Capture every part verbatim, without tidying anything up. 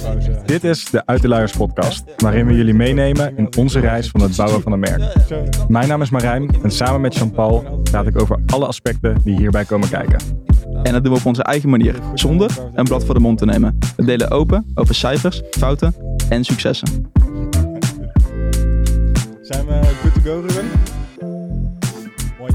pauze. Dit is de Uit de Luiers podcast, waarin we jullie meenemen in onze reis van het bouwen van een merk. Mijn naam is Marijn en samen met Jean-Paul praat ik over alle aspecten die hierbij komen kijken. En dat doen we op onze eigen manier, zonder een blad voor de mond te nemen. We delen open over cijfers, fouten en successen. Zijn we good to go, Ruben? Mooi.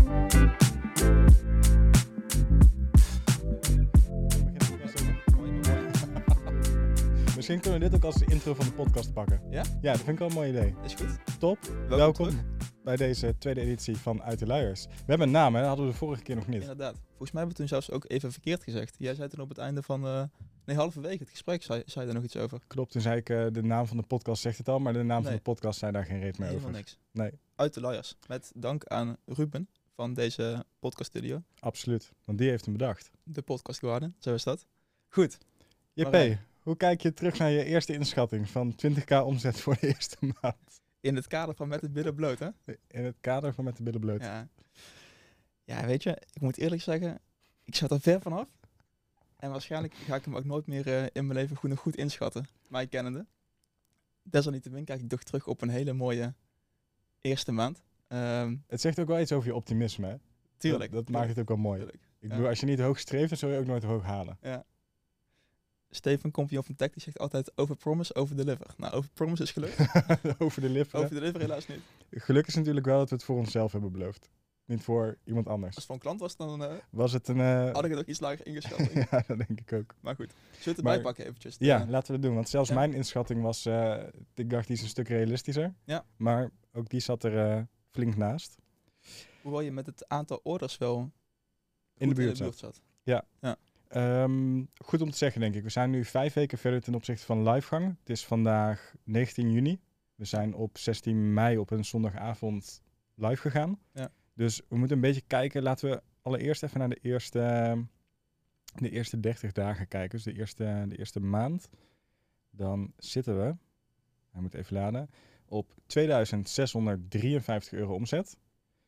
Misschien kunnen we dit ook als de intro van de podcast pakken. Ja? Ja, dat vind ik wel een mooi idee. Is goed. Top. Welkom, Welkom terug. bij deze tweede editie van Uit de Luiers. We hebben een naam, hè? Dat hadden we de vorige keer nog niet. Inderdaad. Volgens mij hebben we toen zelfs ook even verkeerd gezegd. Jij zei toen op het einde van, uh, nee, halverwege het gesprek, zei, zei je er nog iets over. Klopt, toen zei ik uh, de naam van de podcast zegt het al, maar de naam Nee. van de podcast zei daar geen reet meer Helemaal over. niks. Nee, Uit de Luiers. Met dank aan Ruben van deze podcaststudio. absoluut. Want die heeft hem bedacht. De Podcast Garden, zo is dat. Goed. J P, Marijn. hoe kijk je terug naar je eerste inschatting van twintig k omzet voor de eerste maand? In het kader van met het billen bloot, hè? In het kader van Met de Billen Bloot. Ja. Ja, weet je, ik moet eerlijk zeggen, ik zat er ver vanaf. En waarschijnlijk ga ik hem ook nooit meer uh, in mijn leven goed nog goed inschatten. Mij kennende. Desalniettemin kijk ik toch terug op een hele mooie eerste maand. Um, Het zegt ook wel iets over je optimisme, hè? tuurlijk. Dat, dat maakt het ook wel mooi. Tuurlijk. Ik Ja. bedoel, als je niet hoog streeft, dan zul je ook nooit hoog halen. Ja. Steven, compagnon van Tech, die zegt altijd over promise, over deliver. Nou, over promise is gelukt. over de lift. Over deliver helaas niet. Geluk is natuurlijk wel dat we het voor onszelf hebben beloofd. Niet voor iemand anders. Als het voor een klant was, dan uh, Was het een... Uh... had ik het nog iets lager ingeschat. ja, dat denk ik ook. Maar goed, zullen we het Maar- erbij pakken eventjes? Ja, Uh, laten we het doen. Want zelfs Ja. mijn inschatting was... Uh, ik dacht, die is een stuk realistischer. Ja. Maar ook die zat er uh, flink naast. Hoewel je met het aantal orders wel goed In de buurt zat. zat. Um, goed om te zeggen, denk ik. We zijn nu vijf weken verder ten opzichte van livegang. Het is vandaag negentien juni. We zijn op zestien mei op een zondagavond live gegaan. Ja. Dus we moeten een beetje kijken. Laten we allereerst even naar de eerste, de eerste dertig dagen kijken. Dus de eerste, de eerste maand. Dan zitten we, hij moet even laden, op tweeduizend zeshonderddrieënvijftig euro omzet.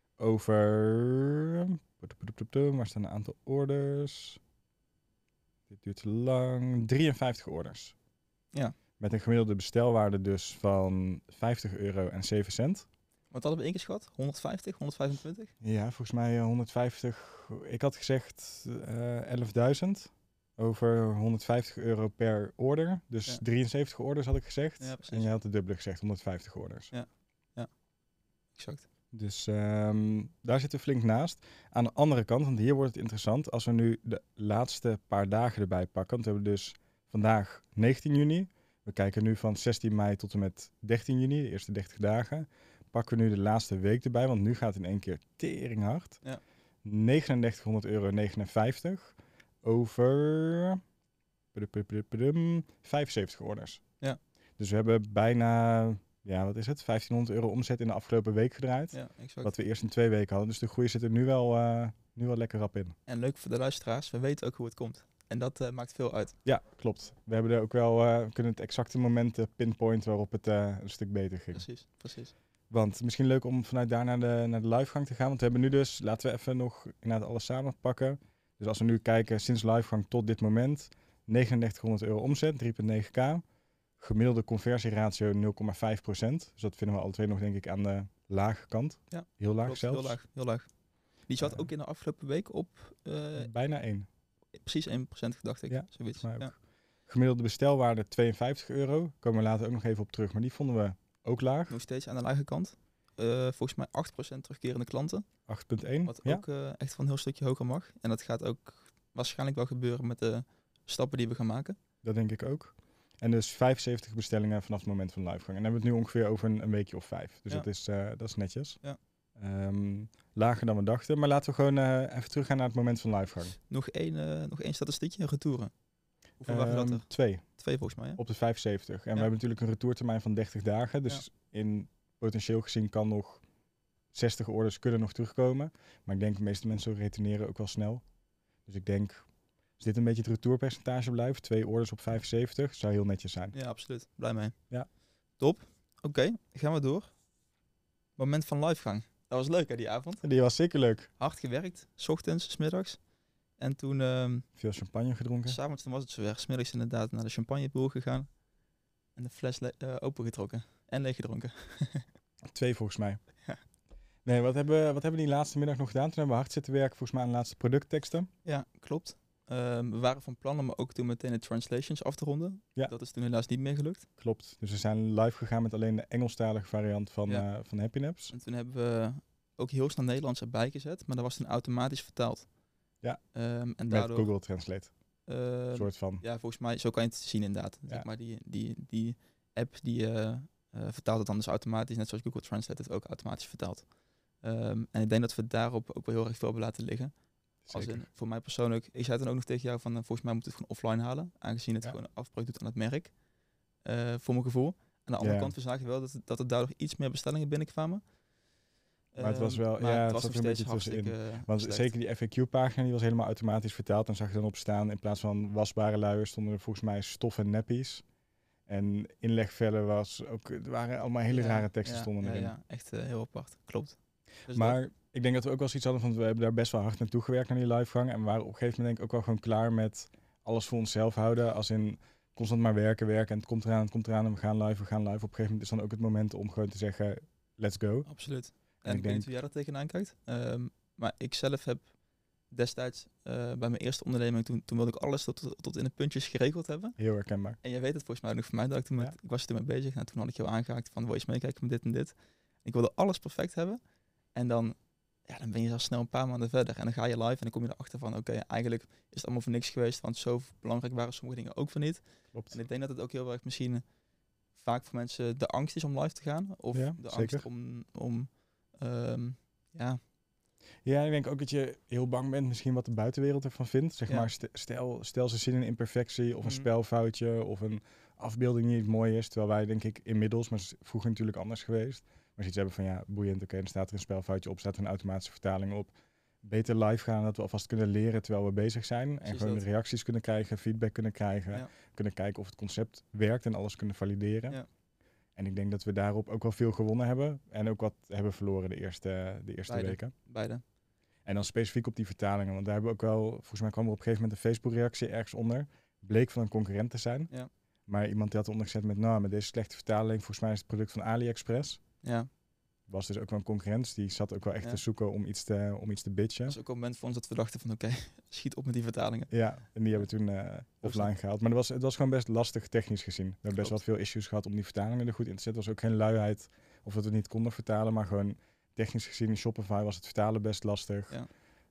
Over, waar staan een aantal orders? Dit duurt te lang. drieënvijftig orders. Ja. Met een gemiddelde bestelwaarde dus van vijftig euro en zeven cent. Wat hadden we ingeschat? honderdvijftig, honderdvijfentwintig? Ja, volgens mij uh, honderdvijftig. Ik had gezegd uh, elfduizend. Over honderdvijftig euro per order. Dus Ja. drieënzeventig orders had ik gezegd. Ja, precies. En jij had de dubbele gezegd, honderdvijftig orders. Exact. Dus um, daar zitten we flink naast. Aan de andere kant, want hier wordt het interessant. Als we nu de laatste paar dagen erbij pakken. Want we hebben dus vandaag negentien juni. We kijken nu van zestien mei tot en met dertien juni. De eerste dertig dagen. Pakken we nu de laatste week erbij. Want nu gaat het in één keer tering hard. Ja. negenendertighonderd euro negenenvijftig. Over vijfenzeventig orders. Ja. Dus we hebben bijna... Ja, wat is het? vijftienhonderd euro omzet in de afgelopen week gedraaid. Ja, exact. Wat we eerst in twee weken hadden. Dus de groei zit er nu wel, uh, nu wel lekker rap in. En leuk voor de luisteraars, we weten ook hoe het komt. En dat uh, maakt veel uit. Ja, klopt. We hebben er ook wel uh, we kunnen het exacte moment uh, pinpointen waarop het uh, een stuk beter ging. Precies, precies. Want misschien leuk om vanuit daar naar de, naar de livegang te gaan. Want we hebben nu dus, laten we even nog inderdaad alles samenpakken. Dus als we nu kijken sinds livegang tot dit moment. negenendertighonderd euro omzet, drie komma negen k. Gemiddelde conversieratio nul komma vijf procent. Dus dat vinden we alle twee nog denk ik aan de lage kant. Ja, heel laag Klopt, zelfs. heel laag, heel laag. Die zat Ja. ook in de afgelopen week op uh, Bijna één. precies één procent, dacht ik. Ja, Zoiets. Maar ook. Ja. Gemiddelde bestelwaarde tweeënvijftig euro. Komen we later ook nog even op terug. Maar die vonden we ook laag. Nog steeds aan de lage kant. Uh, volgens mij acht procent terugkerende klanten. acht komma één. Wat Ja. ook uh, echt van een heel stukje hoger mag. En dat gaat ook waarschijnlijk wel gebeuren met de stappen die we gaan maken. Dat denk ik ook. En dus vijfenzeventig bestellingen vanaf het moment van livegang. En dan hebben we het nu ongeveer over een, een weekje of vijf. Dus Ja. dat, is, uh, dat is netjes. Ja. Um, lager dan we dachten. Maar laten we gewoon uh, even teruggaan naar het moment van livegang. Nog één, uh, nog één statistiekje, retouren. Hoeveel waren dat Um, er? twee. Twee volgens mij, hè? Op de vijfenzeventig. En Ja. we hebben natuurlijk een retourtermijn van dertig dagen. Dus in potentieel gezien kan nog zestig orders kunnen nog terugkomen. Maar ik denk de meeste mensen retourneren ook wel snel. Dus ik denk, als dit een beetje het retourpercentage blijft, twee orders op vijfenzeventig, zou heel netjes zijn. Ja, absoluut. Blij mee. Ja. Top. Oké, okay, gaan we door. Moment van livegang. Dat was leuk hè, die avond. Die was zeker leuk. Hard gewerkt, 's ochtends, 's middags. En toen, um, Veel champagne gedronken. s'avonds toen was het zover. 's Middags inderdaad naar de champagnepool gegaan. En de fles le- uh, opengetrokken. En leeggedronken. Twee volgens mij. Ja. Nee, wat hebben, wat hebben we die laatste middag nog gedaan? Toen hebben we hard zitten werken volgens mij aan de laatste productteksten. Ja, klopt. Um, we waren van plan om ook toen meteen de translations af te ronden. Ja. Dat is toen helaas niet meer gelukt. Klopt. Dus we zijn live gegaan met alleen de Engelstalige variant van, Ja. uh, van Happy Naps. En toen hebben we ook heel snel Nederlands erbij gezet. Maar dat was toen automatisch vertaald. Ja, um, en met daardoor, Google Translate. Uh, soort van. Ja, volgens mij, zo kan je het zien inderdaad. Ja. Zeg maar die, die, die app die uh, uh, vertaalt het dan dus automatisch. Net zoals Google Translate het ook automatisch vertaalt. Um, en ik denk dat we daarop ook wel heel erg veel hebben laten liggen. Als in, voor mij persoonlijk, ik zei dan ook nog tegen jou van uh, volgens mij moet het gewoon offline halen. Aangezien het ja. gewoon een afbreuk doet aan het merk. Uh, voor mijn gevoel. Aan de andere ja. kant, we zagen wel dat, het, dat er daardoor iets meer bestellingen binnenkwamen. Maar het was wel, maar ja, het was het nog een steeds beetje tussenin. hartstikke Want slecht. zeker die F A Q-pagina, die was helemaal automatisch vertaald. En zag je dan op staan, in plaats van wasbare luiers, stonden er volgens mij stof en nappies. En inlegvellen was ook, er waren allemaal hele ja, rare teksten ja, stonden ja, erin. Ja, echt uh, heel apart. Klopt. Dus maar dat, ik denk dat we ook wel zoiets hadden van, we hebben daar best wel hard naartoe gewerkt naar die livegang. En we waren op een gegeven moment denk ik ook wel gewoon klaar met alles voor onszelf houden. Als in constant maar werken, werken en het komt eraan, het komt eraan en we gaan live, we gaan live. Op een gegeven moment is dan ook het moment om gewoon te zeggen, let's go. Absoluut. En, en ik ik weet denk, niet hoe jij daar tegenaan kijkt. Um, maar ik zelf heb destijds uh, bij mijn eerste onderneming, toen, toen wilde ik alles tot, tot, tot in de puntjes geregeld hebben. Heel herkenbaar. En jij weet het volgens mij ook nog van mij, dat ik, toen met, Ja. ik was er toen mee bezig en toen had ik jou aangehaakt van, wil je eens meekijken met dit en dit. Ik wilde alles perfect hebben. En dan, ja, dan ben je al snel een paar maanden verder. En dan ga je live en dan kom je erachter van, oké, okay, eigenlijk is het allemaal voor niks geweest, want zo belangrijk waren sommige dingen ook voor niet. Klopt. En ik denk dat het ook heel erg misschien vaak voor mensen de angst is om live te gaan. Of ja, de zeker. angst om, om um, ja... Ja, ik denk ook dat je heel bang bent misschien wat de buitenwereld ervan vindt. Zeg Ja. maar, st- stel, stel ze zien een imperfectie of een Mhm. spelfoutje of een afbeelding die niet mooi is. Terwijl wij denk ik inmiddels, maar het is vroeger natuurlijk anders geweest. Maar als iets hebben van ja, boeiend, oké, okay, dan staat er een spelfoutje op, staat er een automatische vertaling op. Beter live gaan, dat we alvast kunnen leren terwijl we bezig zijn. Precies en gewoon dat. reacties kunnen krijgen, feedback kunnen krijgen. Ja. Kunnen kijken of het concept werkt en alles kunnen valideren. Ja. En ik denk dat we daarop ook wel veel gewonnen hebben. En ook wat hebben verloren de eerste, de eerste Beide. weken. Beide. En dan specifiek op die vertalingen. Want daar hebben we ook wel, volgens mij kwam er op een gegeven moment een Facebook-reactie ergens onder. Bleek van een concurrent te zijn. Ja. Maar iemand die had eronder gezet met, nou, met deze slechte vertaling, volgens mij is het product van AliExpress. Ja. Was dus ook wel een concurrent. Die zat ook wel echt Ja. te zoeken om iets te, om iets te bitchen. Dat was ook een moment voor ons dat we dachten van, oké, okay, schiet op met die vertalingen. Ja, en die hebben we toen uh, offline gehaald. Maar het was, het was gewoon best lastig technisch gezien. We hebben best Klopt. wel veel issues gehad om die vertalingen er goed in te zetten. Het was ook geen luiheid of dat we het niet konden vertalen, maar gewoon technisch gezien in Shopify was het vertalen best lastig. Ja.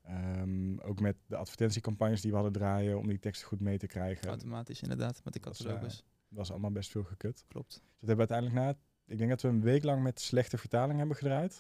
Um, ook met de advertentiecampagnes die we hadden draaien om die teksten goed mee te krijgen. Automatisch inderdaad, met de catalogus. Dat uh, was allemaal best veel gekut. Klopt. Dus dat hebben we uiteindelijk na, ik denk dat we een week lang met slechte vertaling hebben gedraaid.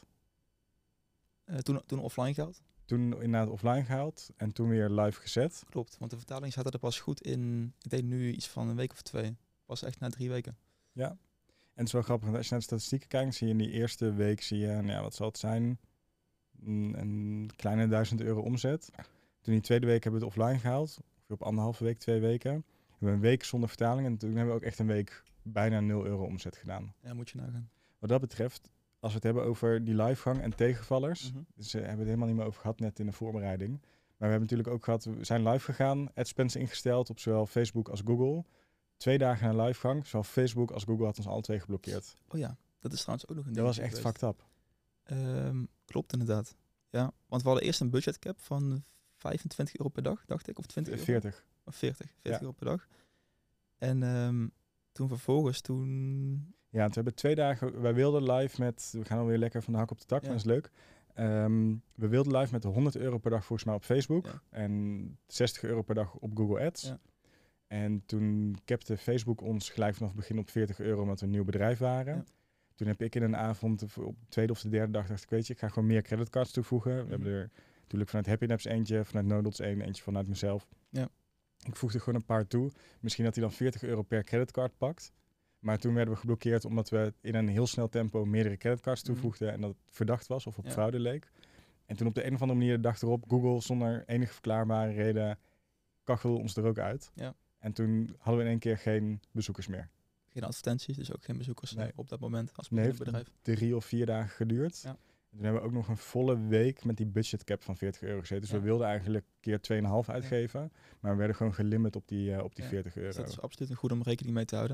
Uh, toen, toen offline gehaald? Toen inderdaad offline gehaald en toen weer live gezet. Klopt, want de vertaling zaten er pas goed in, ik denk nu iets van een week of twee. Pas echt na drie weken. Ja, en het is wel grappig, want als je naar de statistieken kijkt, zie je in die eerste week, zie je, nou ja, wat zal het zijn, een, een kleine duizend euro omzet. Toen die tweede week hebben we het offline gehaald, op anderhalve week, twee weken. We hebben een week zonder vertaling en toen hebben we ook echt een week bijna nul euro omzet gedaan. Ja, moet je nagaan. Wat dat betreft, als we het hebben over die livegang en tegenvallers, Mm-hmm. dus uh, hebben we het helemaal niet meer over gehad net in de voorbereiding. Maar we hebben natuurlijk ook gehad, we zijn live gegaan, adspends ingesteld op zowel Facebook als Google. Twee dagen na livegang, zowel Facebook als Google had ons alle twee geblokkeerd. Oh ja, dat is trouwens ook nog een Dat ding. was echt fucked up. Um, klopt inderdaad. Ja, want we hadden eerst een budgetcap van vijfentwintig euro per dag, dacht ik, of twintig euro. veertig. Of veertig, veertig Ja. euro per dag. En um, toen vervolgens, toen... Ja, toen hebben we twee dagen, wij wilden live met, we gaan alweer lekker van de hak op de tak, Ja. maar dat is leuk. Um, we wilden live met honderd euro per dag volgens mij op Facebook Ja. en zestig euro per dag op Google Ads. Ja. En toen capte Facebook ons gelijk vanaf het begin op veertig euro omdat we een nieuw bedrijf waren. Ja. Toen heb ik in een avond, op de tweede of de derde dag, dacht ik, weet je, ik ga gewoon meer creditcards toevoegen. We Mhm. hebben er natuurlijk vanuit Happy Naps eentje, vanuit Noodles één, eentje vanuit mezelf. Ja. Ik voegde gewoon een paar toe. Misschien dat hij dan veertig euro per creditcard pakt. Maar toen werden we geblokkeerd omdat we in een heel snel tempo meerdere creditcards Mhm. toevoegden en dat het verdacht was of op Ja. fraude leek. En toen op de een of andere manier de dag erop, Google zonder enige verklaarbare reden kachelde ons er ook uit. Ja. En toen hadden we in één keer geen bezoekers meer. Geen advertenties, dus ook geen bezoekers Nee. uh, op dat moment als Nee, beginnend heeft bedrijf. drie of vier dagen geduurd. Ja. En toen hebben we ook nog een volle week met die budgetcap van veertig euro gezeten. Dus Ja. we wilden eigenlijk keer twee komma vijf uitgeven. Maar we werden gewoon gelimit op die, uh, op die Ja. veertig euro. Dus dat is absoluut een goed om rekening mee te houden.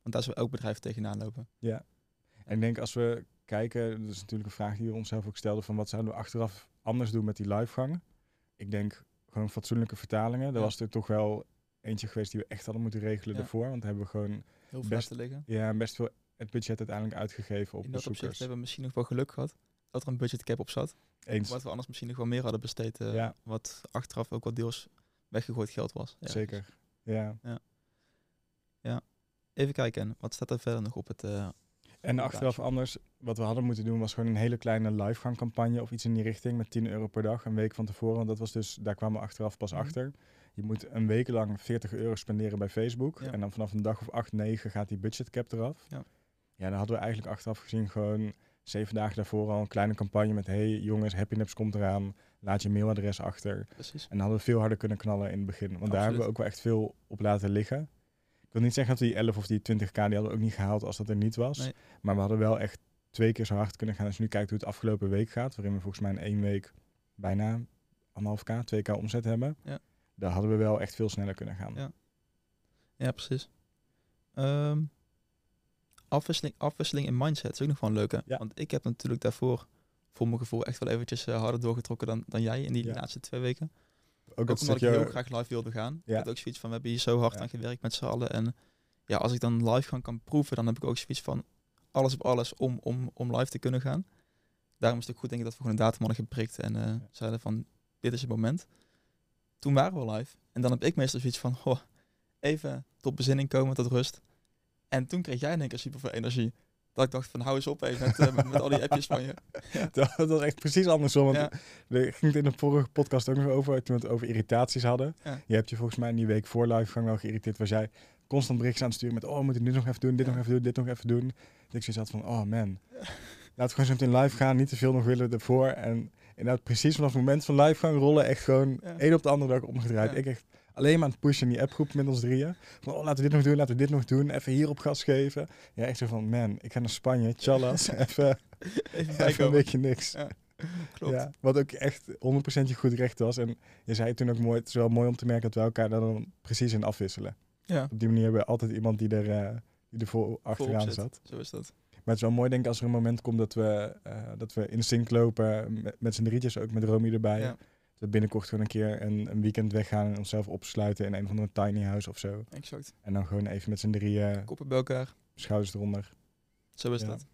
Want daar zou elk bedrijf tegenaan lopen. Ja. En ik denk als we kijken, dat is natuurlijk een vraag die we onszelf ook stelden, van wat zouden we achteraf anders doen met die livegang? Ik denk gewoon fatsoenlijke vertalingen. Er Ja. was er toch wel eentje geweest die we echt hadden moeten regelen Ja. daarvoor. Want daar hebben we gewoon Heel veel Best- te liggen. ja, best veel het budget uiteindelijk uitgegeven op In dat opzicht bezoekers. hebben we misschien nog wel geluk gehad dat er een budgetcap op zat. Eens, Wat we anders misschien nog wel meer hadden besteed. eh, Ja. Wat achteraf ook wat deels weggegooid geld was. Ja. zeker. Ja. Even kijken, wat staat er verder nog op het... eh, En Ja, achteraf sure. anders, wat we hadden moeten doen was gewoon een hele kleine livegangcampagne of iets in die richting met tien euro per dag, een week van tevoren. Want dat was dus, daar kwamen we achteraf pas Mhm. achter. Je moet een week lang veertig euro spenderen bij Facebook. Ja. En dan vanaf een dag of acht, negen gaat die budgetcap eraf. Ja. Ja, dan hadden we eigenlijk achteraf gezien gewoon zeven dagen daarvoor al een kleine campagne met hey jongens, Happynaps komt eraan, laat je mailadres achter. precies. En dan hadden we veel harder kunnen knallen in het begin. Want daar Absoluut. hebben we ook wel echt veel op laten liggen. Ik wil niet zeggen dat we die elf of die twintig k, die hadden we ook niet gehaald als dat er niet was. Nee. Maar we hadden wel echt twee keer zo hard kunnen gaan. Als je nu kijkt hoe het afgelopen week gaat, waarin we volgens mij in één week bijna anderhalf k, twee k omzet hebben. Ja. Daar hadden we wel echt veel sneller kunnen gaan. Ja. Ja, precies. Ehm, afwisseling, afwisseling in mindset is ook nog wel een leuke. Ja. Want ik heb natuurlijk daarvoor, voor mijn gevoel, echt wel eventjes eh, harder doorgetrokken dan, dan jij in die Ja. laatste twee weken. Ook Ook dat omdat stukje, ik heel graag live wilde gaan. Ja. Ik had ook zoiets van, we hebben hier zo hard Ja. aan gewerkt met z'n allen. En ja, als ik dan live gaan kan proeven, dan heb ik ook zoiets van alles op alles om, om, om live te kunnen gaan. Daarom is het ook goed denk ik dat we gewoon een datum hadden geprikt en eh, zeiden van, dit is het moment. Toen waren we live. En dan heb ik meestal zoiets van, oh, even tot bezinning komen, tot rust. En toen kreeg jij in één keer super veel energie. Dat ik dacht van, hou eens op even met, eh, met, met al die appjes van je. dat was echt precies andersom. Want Ja. er ging het in de vorige podcast ook nog over, toen we het over irritaties hadden. Ja. Je hebt je volgens mij in die week voor livegang wel geïrriteerd, was jij constant berichtjes aan het sturen met, oh, we moeten dit nog even doen, dit Ja. nog even doen, dit nog even doen. Dat ik zoiets had van, oh man, laten we gewoon zo meteen live gaan, niet te veel nog willen ervoor. En inderdaad precies vanaf het moment van livegang rollen, echt gewoon Ja. één op de andere dag omgedraaid. Ja. Ik echt alleen maar aan het pushen in die appgroep met ons drieën. Van, oh, laten we dit nog doen, laten we dit nog doen, even hierop gas geven. Ja, echt zo van, man, ik ga naar Spanje, tjallas, even, Even even een bijkomen. weekje niks. Ja, klopt. Ja, wat ook echt honderd procent je goed recht was. En je zei toen ook mooi, het is wel mooi om te merken dat we elkaar daar dan precies in afwisselen. Ja, Op die manier hebben we altijd iemand die er, eh die er voor achteraan zit. zat. Zo is dat. Maar het is wel mooi denk ik als er een moment komt dat we, eh, dat we in sync lopen met, met z'n drietjes, ook met Romy erbij. Ja, Dat we binnenkort gewoon een keer een, een weekend weggaan en onszelf opsluiten in een of andere tiny house of zo. exact. En dan gewoon even met z'n drieën, Koppen bij elkaar. schouders eronder. Zo is Ja. dat.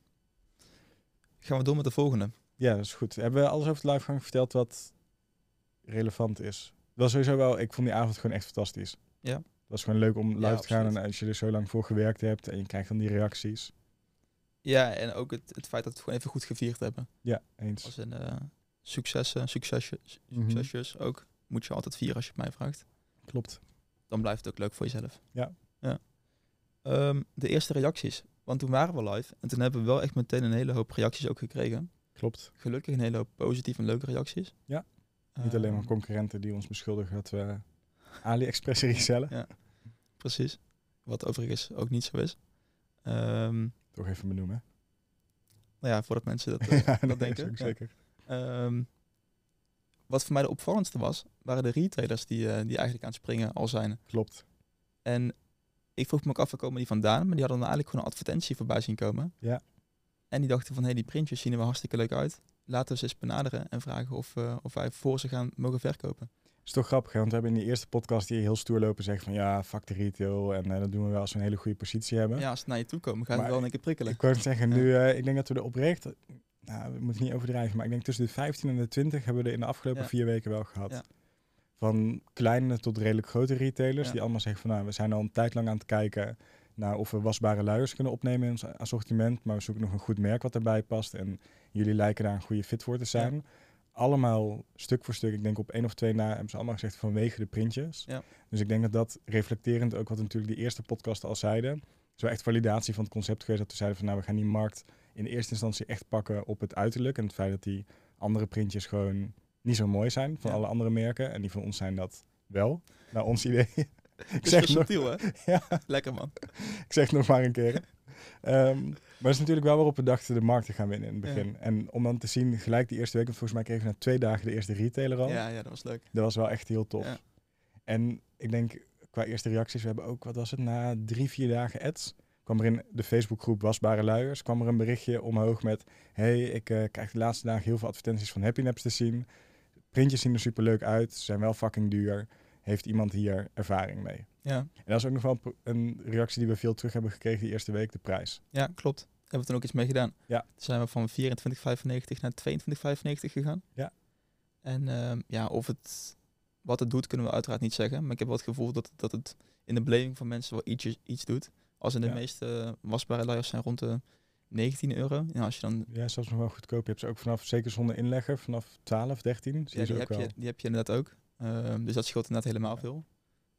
Gaan we door met de volgende. Ja, dat is goed. Hebben we alles over de livegang verteld wat relevant is? Dat was sowieso wel, ik vond die avond gewoon echt fantastisch. Ja. Het was gewoon leuk om live Ja, te gaan absoluut. en als je er zo lang voor gewerkt hebt en je krijgt dan die reacties. Ja, en ook het, het feit dat we het gewoon even goed gevierd hebben. Ja, eens. Als in eh, successen, succesjes, Mhm. succesjes ook. Moet je altijd vieren als je het mij vraagt. Klopt. Dan blijft het ook leuk voor jezelf. Ja. ja. Ehm, de eerste reacties. Want toen waren we live. En toen hebben we wel echt meteen een hele hoop reacties ook gekregen. Klopt. Gelukkig een hele hoop positieve en leuke reacties. Ja. Niet alleen maar Ehm, concurrenten die ons beschuldigen dat we AliExpress resellen. Ja. Precies. Wat overigens ook niet zo is. Ehm, Toch even benoemen. nou ja, voordat mensen dat, eh, Ja, nee, dat denken. is ook Ja. zeker. Ehm, wat voor mij de opvallendste was, waren de retailers die, eh, die eigenlijk aan het springen al zijn. Klopt. En ik vroeg me ook af, waar komen die vandaan? Maar die hadden dan eigenlijk gewoon een advertentie voorbij zien komen. Ja. En die dachten van, hé, hey, die printjes zien er wel hartstikke leuk uit. Laten we ze eens benaderen en vragen of, uh, of wij voor ze gaan mogen verkopen. Is toch grappig, hè? Want we hebben in die eerste podcast hier heel stoer lopen zeggen van ja, fuck de retail. En uh, dat doen we wel als we een hele goede positie hebben. Ja, als ze naar je toe komen, gaat Maar het wel in één keer prikkelen. Ik wou het zeggen, Ja. nu, uh, ik denk dat we er oprecht, nou, we moeten niet overdrijven, maar ik denk tussen de vijftien en de twintig hebben we er in de afgelopen Ja. vier weken wel gehad. Ja. Van kleine tot redelijk grote retailers Ja. die allemaal zeggen van nou, we zijn al een tijd lang aan het kijken naar of we wasbare luiers kunnen opnemen in ons assortiment, maar we zoeken nog een goed merk wat erbij past en jullie lijken daar een goede fit voor te zijn. Ja. Allemaal stuk voor stuk, ik denk op één of twee na, hebben ze allemaal gezegd vanwege de printjes. Ja. Dus ik denk dat dat reflecterend ook wat we natuurlijk die eerste podcast al zeiden, zo echt validatie van het concept geweest dat we zeiden van nou, we gaan die markt in eerste instantie echt pakken op het uiterlijk en het feit dat die andere printjes gewoon niet zo mooi zijn van Ja. alle andere merken en die van ons zijn dat wel, naar ons idee. ik, Het is zeg wel nog, subtiel, hè? ja, Lekker, man. ik zeg het nog maar een keer. Um, maar het is natuurlijk wel waarop we dachten de markt te gaan winnen in het begin. Ja. En om dan te zien, gelijk die eerste week, want volgens mij kregen we na twee dagen de eerste retailer al. Ja, ja, dat was leuk. Dat was wel echt heel tof. Ja. En ik denk, qua eerste reacties, we hebben ook, wat was het, na drie, vier dagen ads, kwam er in de Facebookgroep Wasbare Luiers, kwam er een berichtje omhoog met, hey, ik uh, krijg de laatste dagen heel veel advertenties van Happy Naps te zien. Printjes zien er superleuk uit, ze zijn wel fucking duur. Heeft iemand hier ervaring mee? Ja. En dat is ook nog wel een reactie die we veel terug hebben gekregen die eerste week, de prijs. Ja, klopt. Hebben we toen ook iets mee gedaan. Ja. Toen zijn we van vierentwintig vijfennegentig naar tweeëntwintig vijfennegentig gegaan. Ja. En uh, ja, of het, wat het doet, kunnen we uiteraard niet zeggen. Maar ik heb wel het gevoel dat, dat het in de beleving van mensen wel iets, iets doet. Als in de ja. meeste wasbare luiers zijn rond de negentien euro. Ja, als je dan... ja, zelfs nog wel goedkoop. Je hebt ze ook vanaf, zeker zonder inlegger, vanaf twaalf, dertien. Zie ja, je die, ook heb wel. je, die heb je inderdaad ook. Um, dus dat scheelt inderdaad helemaal ja. veel.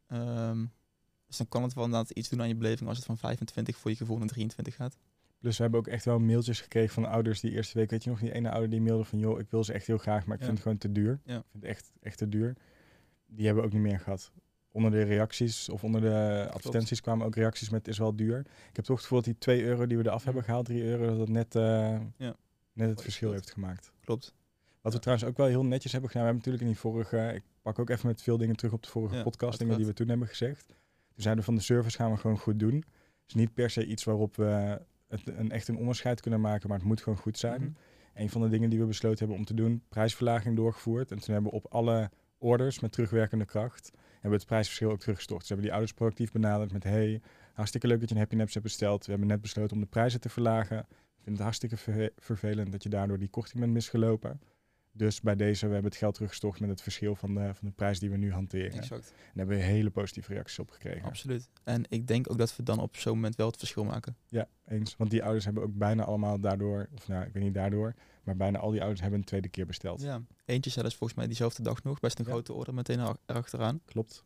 Um, dus dan kan het wel inderdaad iets doen aan je beleving als het van vijfentwintig voor je gevoel naar drieëntwintig gaat. Plus we hebben ook echt wel mailtjes gekregen van ouders die eerste week, weet je nog, die ene ouder die mailde van, joh, ik wil ze echt heel graag, maar ik ja. vind het gewoon te duur. Ja. Ik vind het echt, echt te duur. Die hebben we ook niet meer gehad. Onder de reacties of onder de advertenties Klopt. kwamen ook reacties met, is wel duur. Ik heb toch het gevoel dat die twee euro die we eraf ja. hebben gehaald, drie euro, dat het net, uh, ja. net het verschil Klopt. heeft gemaakt. Klopt. Wat we ja. trouwens ook wel heel netjes hebben gedaan, we hebben natuurlijk in die vorige, ik pak ook even met veel dingen terug op de vorige ja, podcast, dingen die we toen hebben gezegd. Toen zeiden we van de service gaan we gewoon goed doen. Het is niet per se iets waarop we het een, echt een onderscheid kunnen maken, maar het moet gewoon goed zijn. Mm-hmm. Een van de dingen die we besloten hebben om te doen, prijsverlaging doorgevoerd. En toen hebben we op alle orders met terugwerkende kracht, hebben we het prijsverschil ook teruggestort. Dus we hebben die ouders proactief benaderd met, hey, hartstikke leuk dat je een Happy Naps hebt besteld. We hebben net besloten om de prijzen te verlagen. Ik vind het hartstikke ver- vervelend dat je daardoor die korting bent misgelopen. Dus bij deze, we hebben het geld teruggestort met het verschil van de, van de prijs die we nu hanteren. Exact. En daar hebben we hele positieve reacties op gekregen. Absoluut. En ik denk ook dat we dan op zo'n moment wel het verschil maken. Ja, eens. Want die ouders hebben ook bijna allemaal daardoor, of nou, ik weet niet daardoor, maar bijna al die ouders hebben een tweede keer besteld. Ja, eentje zelfs volgens mij diezelfde dag nog, best een ja. grote order meteen erachteraan. Klopt.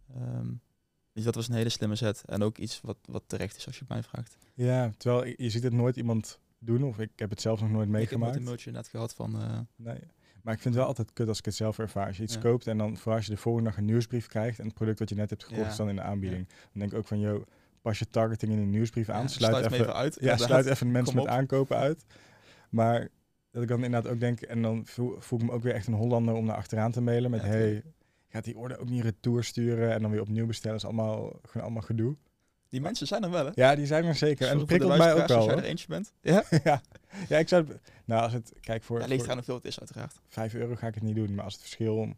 Um, dus dat was een hele slimme zet. En ook iets wat, wat terecht is als je het mij vraagt. Ja, terwijl je ziet het nooit iemand doen, of ik heb het zelf nog nooit meegemaakt. Ik heb nooit een mailtje net gehad van... Uh, nee. Maar ik vind het wel altijd kut als ik het zelf ervaar. Als je iets ja. koopt en dan vooral als je de volgende dag een nieuwsbrief krijgt en het product wat je net hebt gekocht ja. is dan in de aanbieding. Ja. Dan denk ik ook van, joh, pas je targeting in een nieuwsbrief aan. Ja, sluit, sluit even, even uit. Ja, sluit even mensen met aankopen uit. Maar dat ik dan inderdaad ook denk, en dan voel, voel ik me ook weer echt een Hollander om naar achteraan te mailen met, ja, hey, gaat die order ook niet retour sturen en dan weer opnieuw bestellen. Dat is allemaal, gewoon allemaal gedoe. Die mensen zijn er wel, hè? Ja, die zijn er zeker. Sorry en het prikkelt mij ook wel. Als jij er eentje bent. Ja? ja. ja, ik zou... Nou, als het... Kijk, voor... Ja, ligt eraan hoeveel het is, uiteraard. vijf euro ga ik het niet doen. Maar als het verschil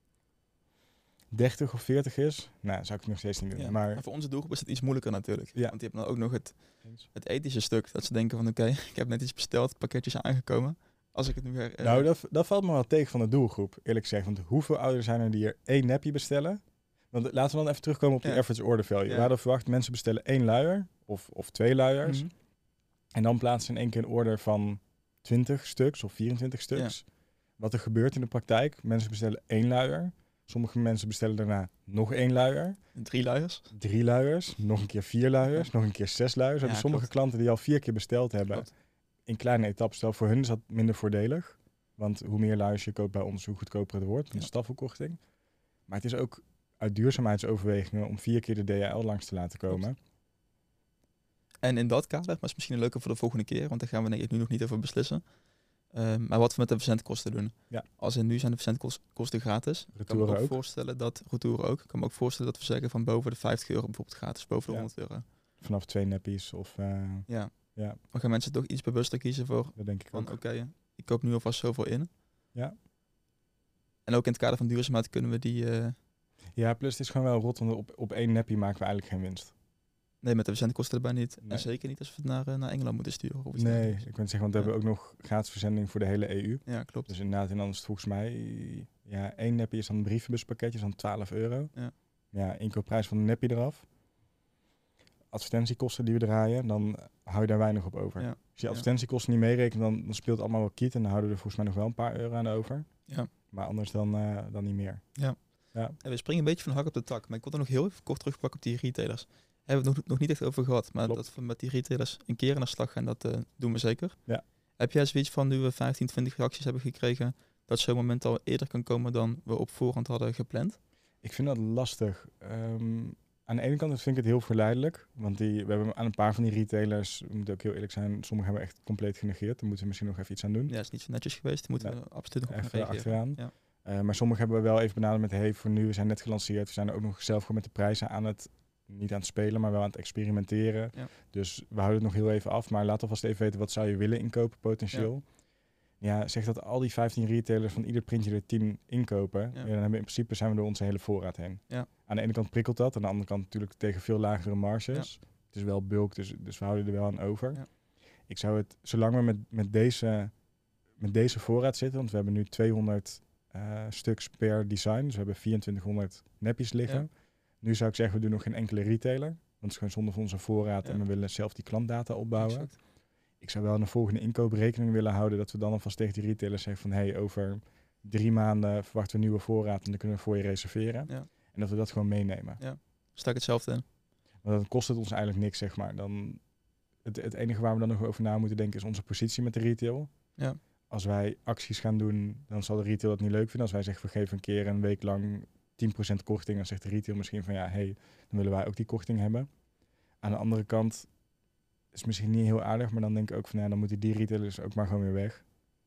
dertig of veertig is, nou, zou ik het nog steeds niet doen. Ja. Maar... maar voor onze doelgroep is het iets moeilijker natuurlijk. Ja. Want die hebben dan ook nog het, het ethische stuk. Dat ze denken van, oké, okay, ik heb net iets besteld, het pakketje is aangekomen. Als ik het nu weer... Uh... Nou, dat, dat valt me wel tegen van de doelgroep, eerlijk gezegd. Want hoeveel ouders zijn er die er één nappie bestellen? Want laten we dan even terugkomen op die ja. average order value. Ja. We hadden verwacht, mensen bestellen één luier of, of twee luiers. Mm-hmm. En dan plaatsen ze in één keer een order van twintig stuks of vierentwintig stuks. Ja. Wat er gebeurt in de praktijk, mensen bestellen één luier. Sommige mensen bestellen daarna nog één luier. Drie luiers. Drie luiers, nog een keer vier luiers, ja. nog een keer zes luiers. We ja, hebben sommige klopt. klanten die al vier keer besteld hebben. Klopt. In kleine etappes. Stel, voor hun is dat minder voordelig. Want hoe meer luiers je koopt bij ons, hoe goedkoper het wordt. Met ja. stafverkorting. Maar het is ook uit duurzaamheidsoverwegingen om vier keer de D H L langs te laten komen. Klopt. En in dat kader, maar is misschien leuker voor de volgende keer, want daar gaan we denk ik nu nog niet over beslissen. Um, maar wat we met de verzendkosten doen. Ja. Als in nu zijn de verzendkosten gratis. Ik kan me ook, ook voorstellen dat retour ook. Ik kan me ook voorstellen dat we zeggen van boven de vijftig euro bijvoorbeeld gratis, boven de ja. honderd euro. Vanaf twee nappies of... Uh, ja. ja. Dan gaan mensen toch iets bewuster kiezen voor. Dat denk ik van, ook. Oké, okay, ik koop nu alvast zoveel in. Ja. En ook in het kader van duurzaamheid kunnen we die... Uh, ja, plus het is gewoon wel rot, want op, op één nappie maken we eigenlijk geen winst. Nee, met de verzendkosten erbij niet. Nee. En zeker niet als we het naar, uh, naar Engeland moeten sturen. Of nee, ik wil zeggen, want we ja. hebben ook nog gratis verzending voor de hele E U. Ja, klopt. Dus inderdaad, en dan is het volgens mij... Ja, één nappie is dan een brievenbuspakketje, is dan twaalf euro. Ja. Ja, inkoopprijs van een nappie eraf. Advertentiekosten die we draaien, dan hou je daar weinig op over. Ja. Als je advertentiekosten niet meerekent, dan, dan speelt het allemaal wel kiet. En dan houden we er volgens mij nog wel een paar euro aan over. Ja. Maar anders dan, uh, dan niet meer. Ja. Ja. En we springen een beetje van de hak op de tak. Maar ik wil er nog heel even kort terugpakken op die retailers. Hebben we het nog, nog niet echt over gehad. Maar Klopt. dat we met die retailers een keer aan de slag gaan, dat uh, doen we zeker. Ja. Heb jij zoiets van, nu we vijftien, twintig reacties hebben gekregen, dat zo'n moment al eerder kan komen dan we op voorhand hadden gepland? Ik vind dat lastig. Um, aan de ene kant vind ik het heel verleidelijk. Want die, we hebben aan een paar van die retailers, we moeten ook heel eerlijk zijn, sommigen hebben echt compleet genegeerd. Daar moeten we misschien nog even iets aan doen. Ja, is niet zo netjes geweest. Die moeten ja. we absoluut nog even achteraan. Ja. Uh, maar sommigen hebben we wel even benaderd met, hey, voor nu, we zijn net gelanceerd. We zijn er ook nog zelf gewoon met de prijzen aan het niet aan het spelen, maar wel aan het experimenteren. Ja. Dus we houden het nog heel even af. Maar laat alvast even weten, wat zou je willen inkopen potentieel? Ja, ja zeg dat al die vijftien retailers van ieder printje er tien inkopen. Ja. Ja, dan hebben we in principe zijn we door onze hele voorraad heen. Ja. Aan de ene kant prikkelt dat. Aan de andere kant natuurlijk tegen veel lagere marges. Ja. Het is wel bulk, dus, dus we houden er wel aan over. Ja. Ik zou het, zolang we met, met, deze, met deze voorraad zitten, want we hebben nu tweehonderd uh, stuks per design. Dus we hebben vierentwintighonderd nepjes liggen. Ja. Nu zou ik zeggen, we doen nog geen enkele retailer. Want het is gewoon zonde van onze voorraad ja. en we willen zelf die klantdata opbouwen. Exact. Ik zou wel in de volgende inkoop rekening willen houden dat we dan alvast tegen die retailers zeggen van hé, hey, over drie maanden verwachten we nieuwe voorraad en dan kunnen we voor je reserveren. Ja. En dat we dat gewoon meenemen. Ja, sta ik hetzelfde in. Want dan kost het ons eigenlijk niks, zeg maar. Dan, het, het enige waar we dan nog over na moeten denken is onze positie met de retail. Ja. Als wij acties gaan doen, dan zal de retail dat niet leuk vinden. Als wij zeggen, we geven een keer een week lang tien procent korting, dan zegt de retail misschien van ja, hé, hey, dan willen wij ook die korting hebben. Aan de andere kant is misschien niet heel aardig, maar dan denk ik ook van ja, dan moeten die retailers ook maar gewoon weer weg.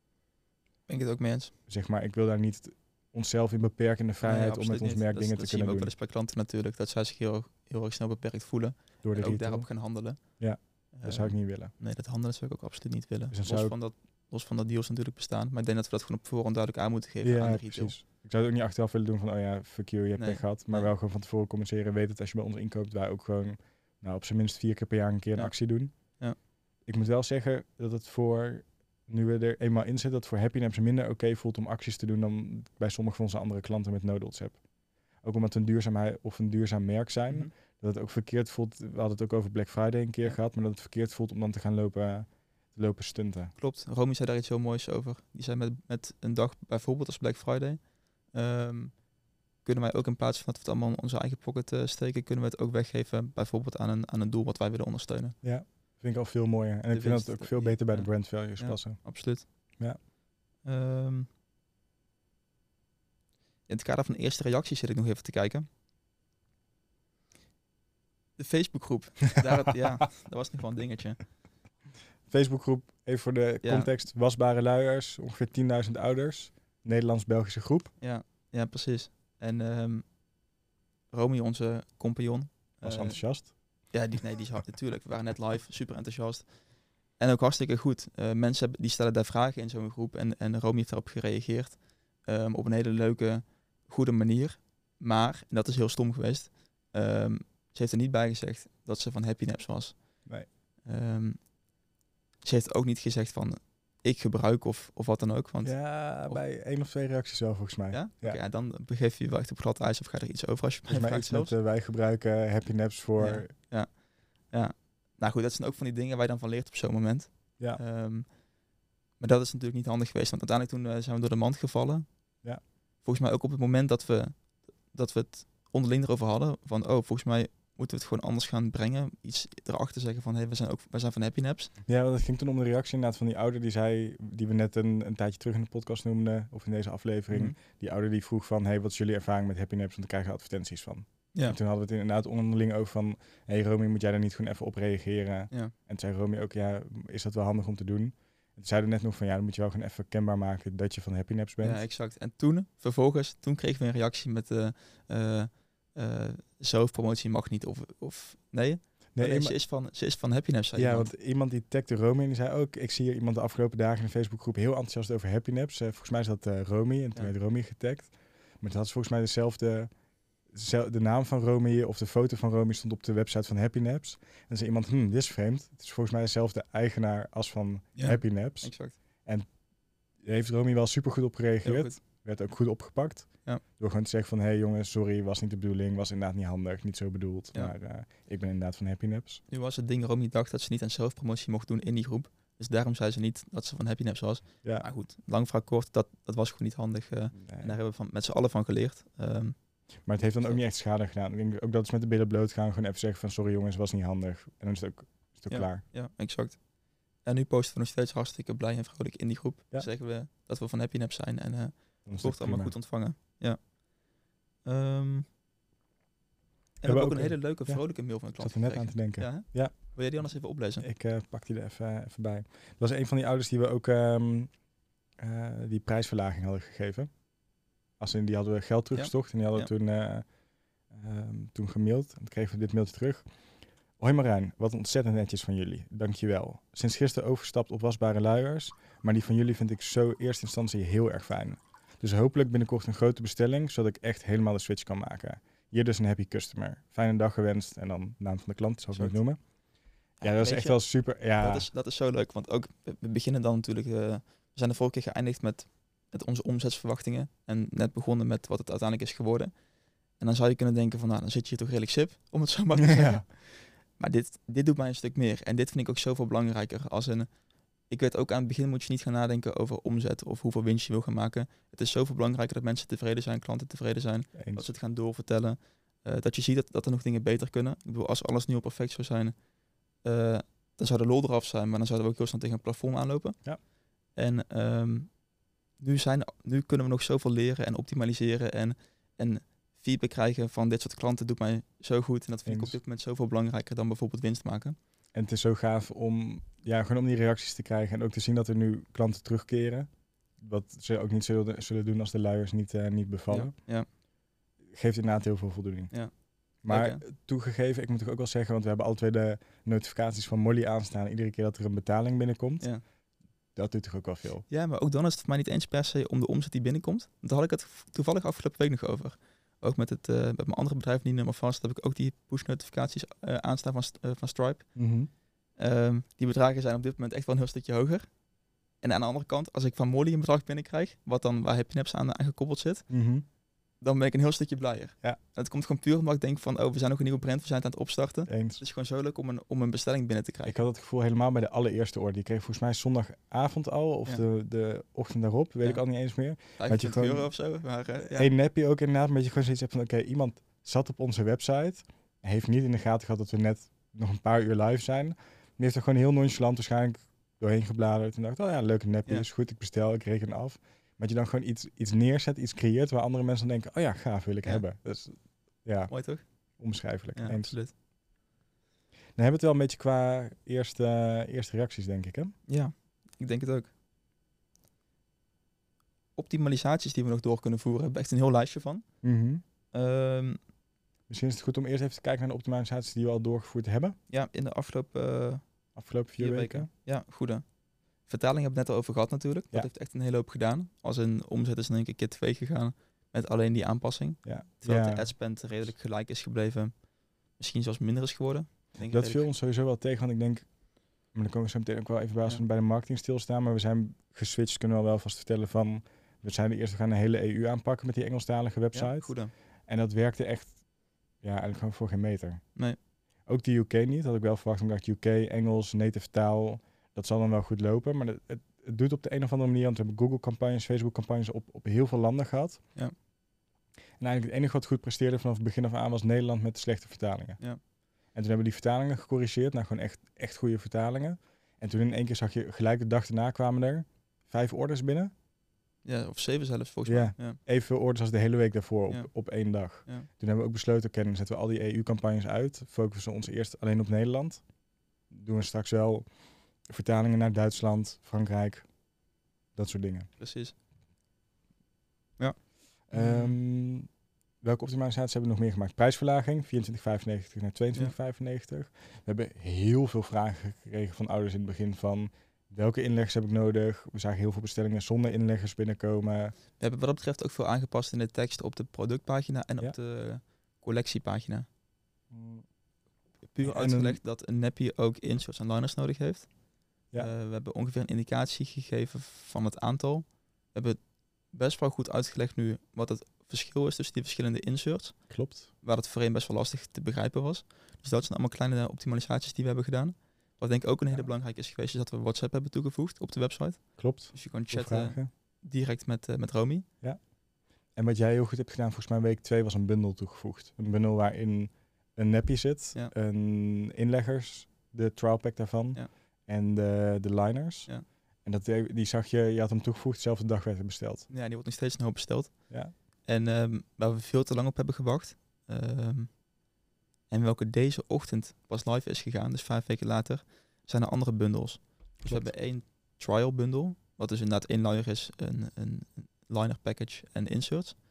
Ben ik het ook mee eens. Zeg maar, ik wil daar niet onszelf in beperken in de vrijheid nee, om met ons merk dat, dingen dat te kunnen doen. Dat zien we ook wel eens bij klanten natuurlijk, dat zij zich heel, heel erg snel beperkt voelen. Door de en ook retail. daarop gaan handelen. Ja, uh, dat zou ik niet willen. Nee, dat handelen zou ik ook absoluut niet willen. Dus los, van dat, los van dat deals natuurlijk bestaan. Maar ik denk dat we dat gewoon op voorhand duidelijk aan moeten geven ja, aan de retail. Precies. Ik zou het ook niet achteraf willen doen van, oh ja, fuck you, je hebt nee. pech gehad. Maar nee. wel gewoon van tevoren communiceren. Weet dat als je bij ons inkoopt, wij ook gewoon nou, op zijn minst vier keer per jaar een keer een ja. actie doen. Ja. Ik moet wel zeggen dat het voor, nu we er eenmaal in zitten, dat voor Happy Naps minder oké okay voelt om acties te doen dan bij sommige van onze andere klanten met Noodles heb. Ook omdat we een duurzaamheid of een duurzaam merk zijn. Mm-hmm. Dat het ook verkeerd voelt. We hadden het ook over Black Friday een keer ja. gehad, maar dat het verkeerd voelt om dan te gaan lopen, te lopen stunten. Klopt. Romy zei daar iets heel moois over. Die zei met, met een dag bijvoorbeeld als Black Friday, um, kunnen wij ook in plaats van dat we het allemaal in onze eigen pocket uh, steken, kunnen we het ook weggeven bijvoorbeeld aan een, aan een doel wat wij willen ondersteunen. Ja, vind ik al veel mooier. En de ik vind dat het ook veel beter bij ja. de brand values ja, passen. Absoluut. Ja. Um, in het kader van de eerste reacties zit ik nog even te kijken. De Facebookgroep. Daar het, ja, dat was nog wel een dingetje. Facebookgroep, even voor de ja. context. Wasbare luiers, ongeveer tienduizend ouders. Nederlands-Belgische groep. Ja, ja precies. En um, Romy, onze compagnon. Was uh, enthousiast. Ja, die, nee, die is hard natuurlijk. We waren net live, super enthousiast. En ook hartstikke goed. Uh, mensen die stellen daar vragen in zo'n groep. En, en Romy heeft daarop gereageerd. Um, op een hele leuke, goede manier. Maar, en dat is heel stom geweest. Um, ze heeft er niet bij gezegd dat ze van Happy Naps was. Nee. Um, ze heeft ook niet gezegd van ik gebruik of, of wat dan ook. Want, ja, of, bij één of twee reacties wel volgens mij. Ja? Ja. Okay, dan begeef je je wel echt op glad ijs of ga je er iets over als je mij vraagt zelfs. Met, uh, wij gebruiken Happy Naps voor... Ja. Ja. ja. Nou goed, dat zijn ook van die dingen waar je dan van leert op zo'n moment. Ja. Um, maar dat is natuurlijk niet handig geweest. Want uiteindelijk toen uh, zijn we door de mand gevallen. Ja. Volgens mij ook op het moment dat we, dat we het onderling erover hadden. Van oh, volgens mij moeten we het gewoon anders gaan brengen. Iets erachter zeggen van, hé, hey, we zijn ook wij zijn van Happy Naps. Ja, dat ging toen om de reactie inderdaad van die ouder die zei, die we net een, een tijdje terug in de podcast noemden, of in deze aflevering. Mm-hmm. Die ouder die vroeg van, hey, wat is jullie ervaring met Happy Naps? Want daar krijgen we advertenties van. Ja. En toen hadden we het inderdaad onderling over van, hé hey, Romy, moet jij daar niet gewoon even op reageren? Ja. En toen zei Romy ook, ja, is dat wel handig om te doen? En toen zeiden we net nog van, ja, dan moet je wel gewoon even kenbaar maken dat je van Happy Naps bent. Ja, exact. En toen, vervolgens, toen kregen we een reactie met de uh, uh, zelfpromotie mag niet of, of nee. Nee, nee ze, is van, ze is van Happy Naps. Ja, iemand. want iemand die tagde Romy en die zei ook, ik zie hier iemand de afgelopen dagen in de Facebookgroep heel enthousiast over Happy Naps. Uh, volgens mij is dat uh, Romy en toen ja. werd Romy getagd. Maar het had volgens mij dezelfde, de naam van Romy of de foto van Romy stond op de website van Happy Naps. En zei iemand, hm, dit is vreemd. Het is volgens mij dezelfde eigenaar als van ja, Happy Naps. Exact. En heeft Romy wel super goed op gereageerd. Goed. Werd ook goed opgepakt. Ja. Door gewoon te zeggen van, hé hey jongens, sorry, was niet de bedoeling, was inderdaad niet handig, niet zo bedoeld. Ja. Maar uh, ik ben inderdaad van Happy Naps. Nu was het ding, Romy dacht dat ze niet aan zelfpromotie mocht doen in die groep. Dus daarom zei ze niet dat ze van Happy Naps was. Ja. Maar goed, lang verhaal kort, dat, dat was gewoon niet handig. Uh, nee. En daar hebben we van, met z'n allen van geleerd. Um, maar het heeft dan ook niet echt schade gedaan. Ik denk ook dat ze met de billen bloot gaan, gewoon even zeggen van, sorry jongens, was niet handig. En dan is het ook, is het ook ja, klaar. Ja, exact. En nu posten we nog steeds hartstikke blij en vrolijk in die groep. Ja. Dan zeggen we dat we van Happy Naps zijn en uh, het wordt allemaal goed ontvangen. Ja. Um, en we hebben ook een hele leuke, vrolijke ja. mail van een klant. Ik zat er net aan te denken. Ja, ja. Wil jij die anders even oplezen? Ik uh, pak die er even, even bij. Dat was een van die ouders die we ook um, uh, die prijsverlaging hadden gegeven. Als in, die hadden we geld teruggestocht ja. en die hadden ja. toen um, toen gemaild. En toen kregen we dit mailtje terug. Hoi Marijn, wat ontzettend netjes van jullie. Dankjewel. Sinds gisteren overgestapt op wasbare luiers. Maar die van jullie vind ik zo eerste instantie heel erg fijn. Dus hopelijk binnenkort een grote bestelling, zodat ik echt helemaal de switch kan maken. Hier dus een happy customer. Fijne dag gewenst. En dan naam van de klant, zal ik niet noemen. Ja, dat is echt je, wel super. Ja. Dat, is, dat is zo leuk, want ook we beginnen dan natuurlijk. Uh, we zijn de vorige keer geëindigd met, met onze omzetsverwachtingen. En net begonnen met wat het uiteindelijk is geworden. En dan zou je kunnen denken van, nou, dan zit je hier toch redelijk sip, om het zo maar te zeggen. Ja. Maar dit, dit doet mij een stuk meer. En dit vind ik ook zoveel belangrijker. Als een, ik weet ook aan het begin moet je niet gaan nadenken over omzet of hoeveel winst je wil gaan maken. Het is zoveel belangrijker dat mensen tevreden zijn, klanten tevreden zijn. Eens. Dat ze het gaan doorvertellen. Uh, dat je ziet dat, dat er nog dingen beter kunnen. Ik bedoel, als alles nu al perfect zou zijn, uh, dan zou de lol eraf zijn. Maar dan zouden we ook heel snel tegen een plafond aanlopen. Ja. En um, nu, zijn, nu kunnen we nog zoveel leren en optimaliseren. En, en feedback krijgen van dit soort klanten doet mij zo goed. En dat vind Eens. ik op dit moment zoveel belangrijker dan bijvoorbeeld winst maken. En het is zo gaaf om, ja, gewoon om die reacties te krijgen. En ook te zien dat er nu klanten terugkeren. Wat ze ook niet zullen, zullen doen als de luiers niet, uh, niet bevallen. Ja, ja. Geeft inderdaad heel veel voldoening. Ja. Maar okay. toegegeven, ik moet toch ook wel zeggen, want we hebben alle twee de notificaties van Molly aanstaan. Iedere keer dat er een betaling binnenkomt. Ja. Dat doet toch ook wel veel. Ja, maar ook dan is het voor mij niet eens per se om de omzet die binnenkomt. Daar had ik het toevallig afgelopen week nog over. Ook met, het, uh, met mijn andere bedrijf, die nummer vast, heb ik ook die push-notificaties uh, aanstaan van, uh, van Stripe. Mm-hmm. Um, die bedragen zijn op dit moment echt wel een heel stukje hoger. En aan de andere kant, als ik van Molly een bedrag binnenkrijg, wat dan waar HappyNaps aan, aan gekoppeld zit, mm-hmm. dan ben ik een heel stukje blijer. Ja. Het komt gewoon puur omdat ik denk van, oh, we zijn nog een nieuwe brand, we zijn het aan het opstarten. Eens. Het is gewoon zo leuk om een, om een bestelling binnen te krijgen. Ik had het gevoel helemaal bij de allereerste order. Die kreeg volgens mij zondagavond al, of ja. de, de ochtend daarop, weet ja. ik al niet eens meer. vijfentwintig euro of zo. Maar, uh, ja. Eén nappie ook inderdaad, maar je gewoon zoiets hebt van, oké, okay, iemand zat op onze website, heeft niet in de gaten gehad dat we net nog een paar uur live zijn. Die heeft er gewoon heel nonchalant waarschijnlijk doorheen gebladerd en dacht, oh ja, leuke nappie, ja. is goed, ik bestel, ik reken af. Maar dat je dan gewoon iets, iets neerzet, iets creëert waar andere mensen denken, oh ja, gaaf, wil ik ja. hebben. Dus ja, mooi toch? Onbeschrijfelijk. Ja, absoluut. Dan hebben we het wel een beetje qua eerste, uh, eerste reacties, denk ik, hè? Ja, ik denk het ook. Optimalisaties die we nog door kunnen voeren, hebben we echt een heel lijstje van. Mm-hmm. Um, Misschien is het goed om eerst even te kijken naar de optimalisaties die we al doorgevoerd hebben. Ja, in de afgelopen, uh, afgelopen vier, vier weken. weken. Ja, goede. Vertaling hebben we het net al over gehad natuurlijk. Dat ja. heeft echt een hele hoop gedaan. Als een omzet is in één keer keer twee gegaan met alleen die aanpassing. Ja. Terwijl ja. de adspend redelijk gelijk is gebleven. Misschien zelfs minder is geworden. Denk dat viel ons sowieso wel tegen, want ik denk, maar dan komen we zo meteen ook wel even bij, ja. bij de marketing stilstaan, maar we zijn geswitcht, kunnen we wel vast vertellen van, we zijn de eerste, we gaan een hele E U aanpakken met die Engelstalige website. Ja, goed dan. En dat werkte echt, ja, eigenlijk gewoon voor geen meter. Nee. Ook de U K niet, had ik wel verwacht, omdat U K, Engels, native taal, dat zal dan wel goed lopen, maar het, het, het doet op de een of andere manier, want we hebben Google-campagnes, Facebook-campagnes op, op heel veel landen gehad. Ja. En eigenlijk het enige wat goed presteerde vanaf het begin af aan was Nederland met de slechte vertalingen. Ja. En toen hebben we die vertalingen gecorrigeerd naar gewoon echt, echt goede vertalingen. En toen in één keer zag je gelijk de dag daarna kwamen er vijf orders binnen. Ja, of zeven zelfs volgens ja. mij. Ja. Evenveel orders als de hele week daarvoor op, ja. op één dag. Ja. Toen hebben we ook besloten, oké, dan zetten we al die E U-campagnes uit. Focussen we ons eerst alleen op Nederland. Doen we straks wel vertalingen naar Duitsland, Frankrijk, dat soort dingen. Precies. Ja. Um, Welke optimalisaties hebben we nog meer gemaakt? Prijsverlaging, vierentwintig vijfennegentig naar tweeëntwintig vijfennegentig. Ja. We hebben heel veel vragen gekregen van ouders in het begin van welke inleggers heb ik nodig? We zagen heel veel bestellingen zonder inleggers binnenkomen. We hebben wat dat betreft ook veel aangepast in de tekst op de productpagina en ja. op de collectiepagina. Mm. Puur uitgelegd een... dat een nappy ook inserts en liners nodig heeft. Ja. Uh, we hebben ongeveer een indicatie gegeven van het aantal. We hebben best wel goed uitgelegd nu wat het verschil is tussen die verschillende inserts. Klopt. Waar het voorheen best wel lastig te begrijpen was. Dus dat zijn allemaal kleine optimalisaties die we hebben gedaan. Wat denk ik ook een hele ja. belangrijke is geweest, is dat we WhatsApp hebben toegevoegd op de website. Klopt. Dus je kan chatten direct met, uh, met Romy. Ja. En wat jij heel goed hebt gedaan, volgens mij week twee was een bundel toegevoegd. Een bundel waarin een nappy zit, ja. een inleggers, de trial pack daarvan ja. en de, de liners. Ja. En dat, die zag je, je had hem toegevoegd, dezelfde dag werd het besteld. Ja, die wordt nog steeds een hoop besteld. Ja. En um, waar we veel te lang op hebben gewacht. Um, en welke deze ochtend pas live is gegaan, dus vijf weken later, zijn er andere bundles. Dus we hebben één trial bundle, wat dus inderdaad één liner is, een, een liner package en inserts.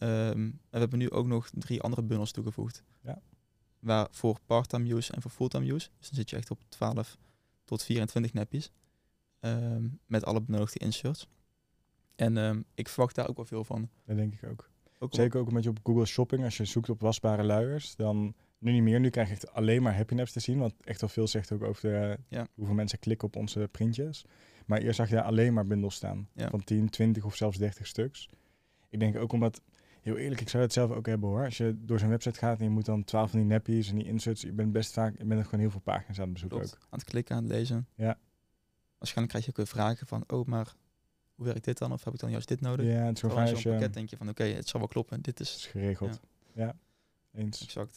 Um, en we hebben nu ook nog drie andere bundles toegevoegd. Ja. Waar voor part-time use en voor fulltime use. Dus dan zit je echt op twaalf tot vierentwintig nappies. Um, met alle benodigde inserts. En um, ik verwacht daar ook wel veel van. Dat denk ik ook. ook Zeker ook een beetje op Google Shopping. Als je zoekt op wasbare luiers, dan nu niet meer. Nu krijg je echt alleen maar Happy Naps te zien. Wat echt wel veel zegt ook over de, ja. hoeveel mensen klikken op onze printjes. Maar eerst zag je daar alleen maar bundels staan. Ja. Van tien, twintig of zelfs dertig stuks. Ik denk ook omdat, heel eerlijk, ik zou het zelf ook hebben hoor. Als je door zo'n website gaat en je moet dan twaalf van die nappies en die inserts. Je bent best vaak, je bent er gewoon heel veel pagina's aan het bezoeken Klopt. ook. Aan het klikken, aan het lezen. Ja. Waarschijnlijk krijg je ook weer vragen van, oh maar hoe werkt dit dan? Of heb ik dan juist dit nodig? Ja, het is gewoon Terwijl fijn in zo'n als je... pakket denk je van, oké, okay, het zal wel kloppen. Dit is, is geregeld. Ja, ja. Eens. Exact.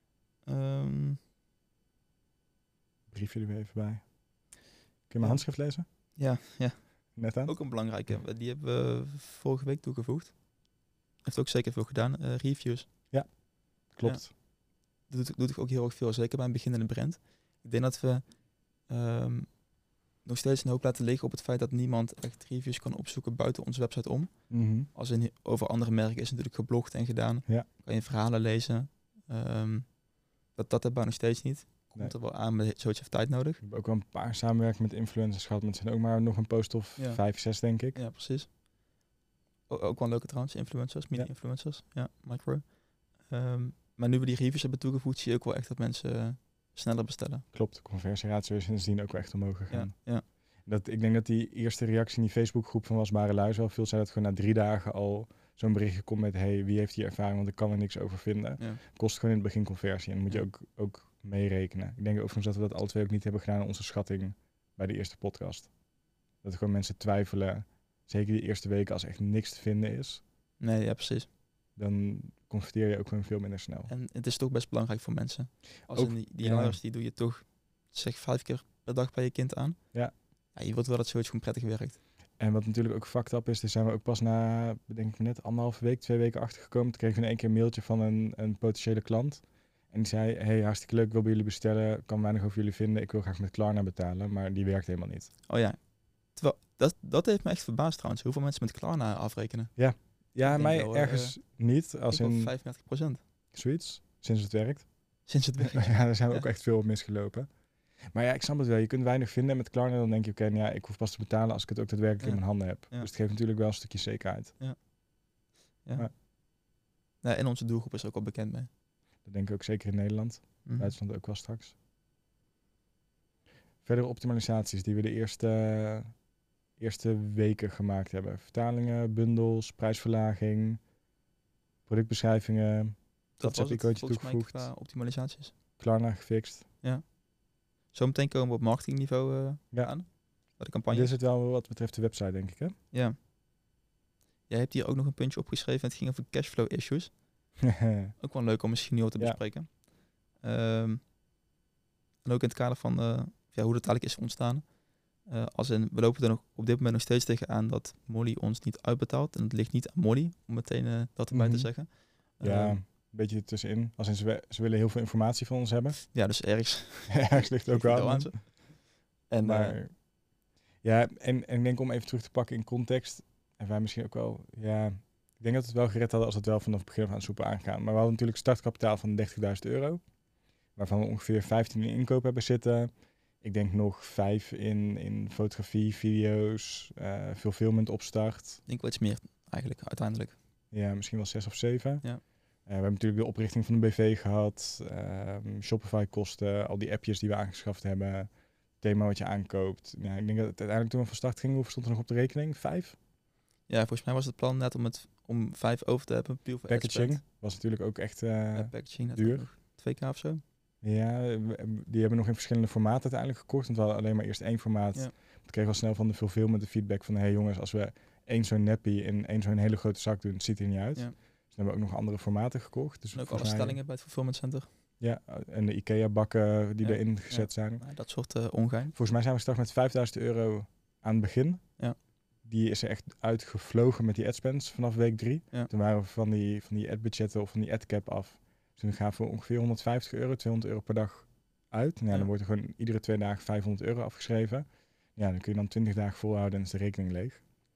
Um, Briefje er weer even bij. Kun je mijn ja. handschrift lezen? Ja, ja. Net aan. Ook een belangrijke. Die hebben we vorige week toegevoegd. Heeft ook zeker veel gedaan. Uh, reviews. Ja, klopt. Ja. Dat doet, doet ook heel erg veel. Zeker bij een beginnende brand. Ik denk dat we um, nog steeds een hoop laten liggen op het feit dat niemand echt reviews kan opzoeken buiten onze website om. Mm-hmm. Als in over andere merken is natuurlijk geblogd en gedaan. Ja. Kan je verhalen lezen. Um, dat, dat hebben we nog steeds niet. Komt Nee. er wel aan, maar zoiets heeft tijd nodig. We hebben ook wel een paar samenwerkingen met influencers gehad. Maar het zijn ook maar nog een post of Ja. vijf, zes denk ik. Ja, precies. O- ook wel leuke trouwens, influencers, mini-influencers. Ja, ja micro. Um, maar nu we die reviews hebben toegevoegd, zie je ook wel echt dat mensen uh, sneller bestellen. Klopt, de conversieratio is sindsdien ook wel echt omhoog gegaan. Ja, ja. Dat, ik denk dat die eerste reactie in die Facebookgroep van Wasbare Luis wel veel zei dat gewoon na drie dagen al zo'n berichtje komt met hey, wie heeft die ervaring, want ik kan er niks over vinden. Ja. Kost gewoon in het begin conversie en dan moet je Ja. ook, ook meerekenen. Ik denk overigens dat we dat alle twee ook niet hebben gedaan in onze schatting bij de eerste podcast. Dat gewoon mensen twijfelen, zeker die eerste weken als echt niks te vinden is. Nee, ja, precies. Dan converteer je ook gewoon veel minder snel. En het is toch best belangrijk voor mensen. Als Ook, in die die ja. luiers, die doe je toch, zeg, vijf keer per dag bij je kind aan. Ja. Ja, je wilt wel dat zoiets gewoon prettig werkt. En wat natuurlijk ook fucked up is, daar zijn we ook pas na, denk ik net, anderhalve week, twee weken achtergekomen. Toen kregen we in één keer een mailtje van een, een potentiële klant. En die zei, hey, hartstikke leuk, ik wil bij jullie bestellen. Kan weinig over jullie vinden, ik wil graag met Klarna betalen. Maar die werkt helemaal niet. Oh ja. Terwijl, dat, dat heeft me echt verbaasd trouwens. Hoeveel mensen met Klarna afrekenen. Ja, Ik mij denk wel, ergens niet, als Ik denk wel in vijfendertig procent. zoiets, sinds het werkt. Sinds het werkt. Ja, daar zijn we Ja. ook echt veel op misgelopen. Maar ja, ik snap het wel. Je kunt weinig vinden en met Klarna. Dan denk je, oké, okay, ja, ik hoef pas te betalen als ik het ook daadwerkelijk Ja. in mijn handen heb. Ja. Dus het geeft natuurlijk wel een stukje zekerheid. Ja. Maar- Ja, en onze doelgroep is er ook al bekend mee. Dat denk ik ook zeker in Nederland. Mhm. Duitsland ook wel straks. Verdere optimalisaties die we de eerste, eerste weken gemaakt hebben. Vertalingen, bundels, prijsverlaging, productbeschrijvingen, Dat was het WhatsApp-icoontje volgens mij toegevoegd, qua optimalisaties. Klarna gefixt. Zometeen komen we op marketingniveau uh, Ja. aan. Bij de campagne. Dit is het wel wat betreft de website, denk ik, hè? Ja. Jij hebt hier ook nog een puntje opgeschreven. Het ging over cashflow issues. Ook wel leuk om misschien nu te Ja. bespreken. Um, en ook in het kader van uh, ja, hoe dat eigenlijk is ontstaan. Uh, als in, we lopen er nog op dit moment nog steeds tegenaan dat Molly ons niet uitbetaalt. En het ligt niet aan Molly, om meteen uh, dat erbij Mhm. te zeggen. Ja, Um, een beetje tussenin. Als in ze, we- ze willen heel veel informatie van ons hebben. ja, dus ergens. Ergens ligt het ook wel aan. ze. En Maar uh, ja, en, en ik denk om even terug te pakken in context. En wij misschien ook wel, ja, ik denk dat we het wel gered hadden als het wel vanaf het begin af aan soepel aangaan. Maar we hadden natuurlijk startkapitaal van dertigduizend euro. Waarvan we ongeveer vijftien in inkoop hebben zitten. Ik denk nog vijf in, in fotografie, video's, uh, fulfillment opstart. ik denk wel iets meer eigenlijk, uiteindelijk. Ja, misschien wel zes of zeven. Ja. Uh, we hebben natuurlijk de oprichting van de B V gehad. Um, Shopify kosten, al die appjes die we aangeschaft hebben. Thema wat je aankoopt. Ja, ik denk dat het uiteindelijk toen we van start gingen, hoeveel stond er nog op de rekening? Vijf? Ja, volgens mij was het plan net om het om vijf over te hebben. Puur voor Packaging adspend. was natuurlijk ook echt uh, Ja, packaging, dat duur. ook nog twee k of zo. Ja, we- die hebben nog in verschillende formaten uiteindelijk gekocht. Want we hadden alleen maar eerst één formaat. Ja. Ik kreeg al snel van de fulfillment de feedback van... hey jongens, als we één zo'n nappy in één zo'n hele grote zak doen, het ziet er niet uit. Ja. Dus dan hebben we ook nog andere formaten gekocht. Dus En ook alle volgens mij- stellingen bij het fulfillment center. Ja, en de IKEA-bakken die Ja, erin gezet ja. zijn. Nou, dat soort uh, ongein. Volgens mij zijn we straks met vijfduizend euro aan het begin. Ja. Die is er echt uitgevlogen met die adspends vanaf week drie. Ja. Toen waren we van die, van die adbudgetten of van die adcap af. Dus toen gaven we ongeveer honderdvijftig euro, tweehonderd euro per dag uit. Nou, ja, Ja. dan wordt er gewoon iedere twee dagen vijfhonderd euro afgeschreven. Ja, dan kun je dan twintig dagen volhouden en is de rekening leeg.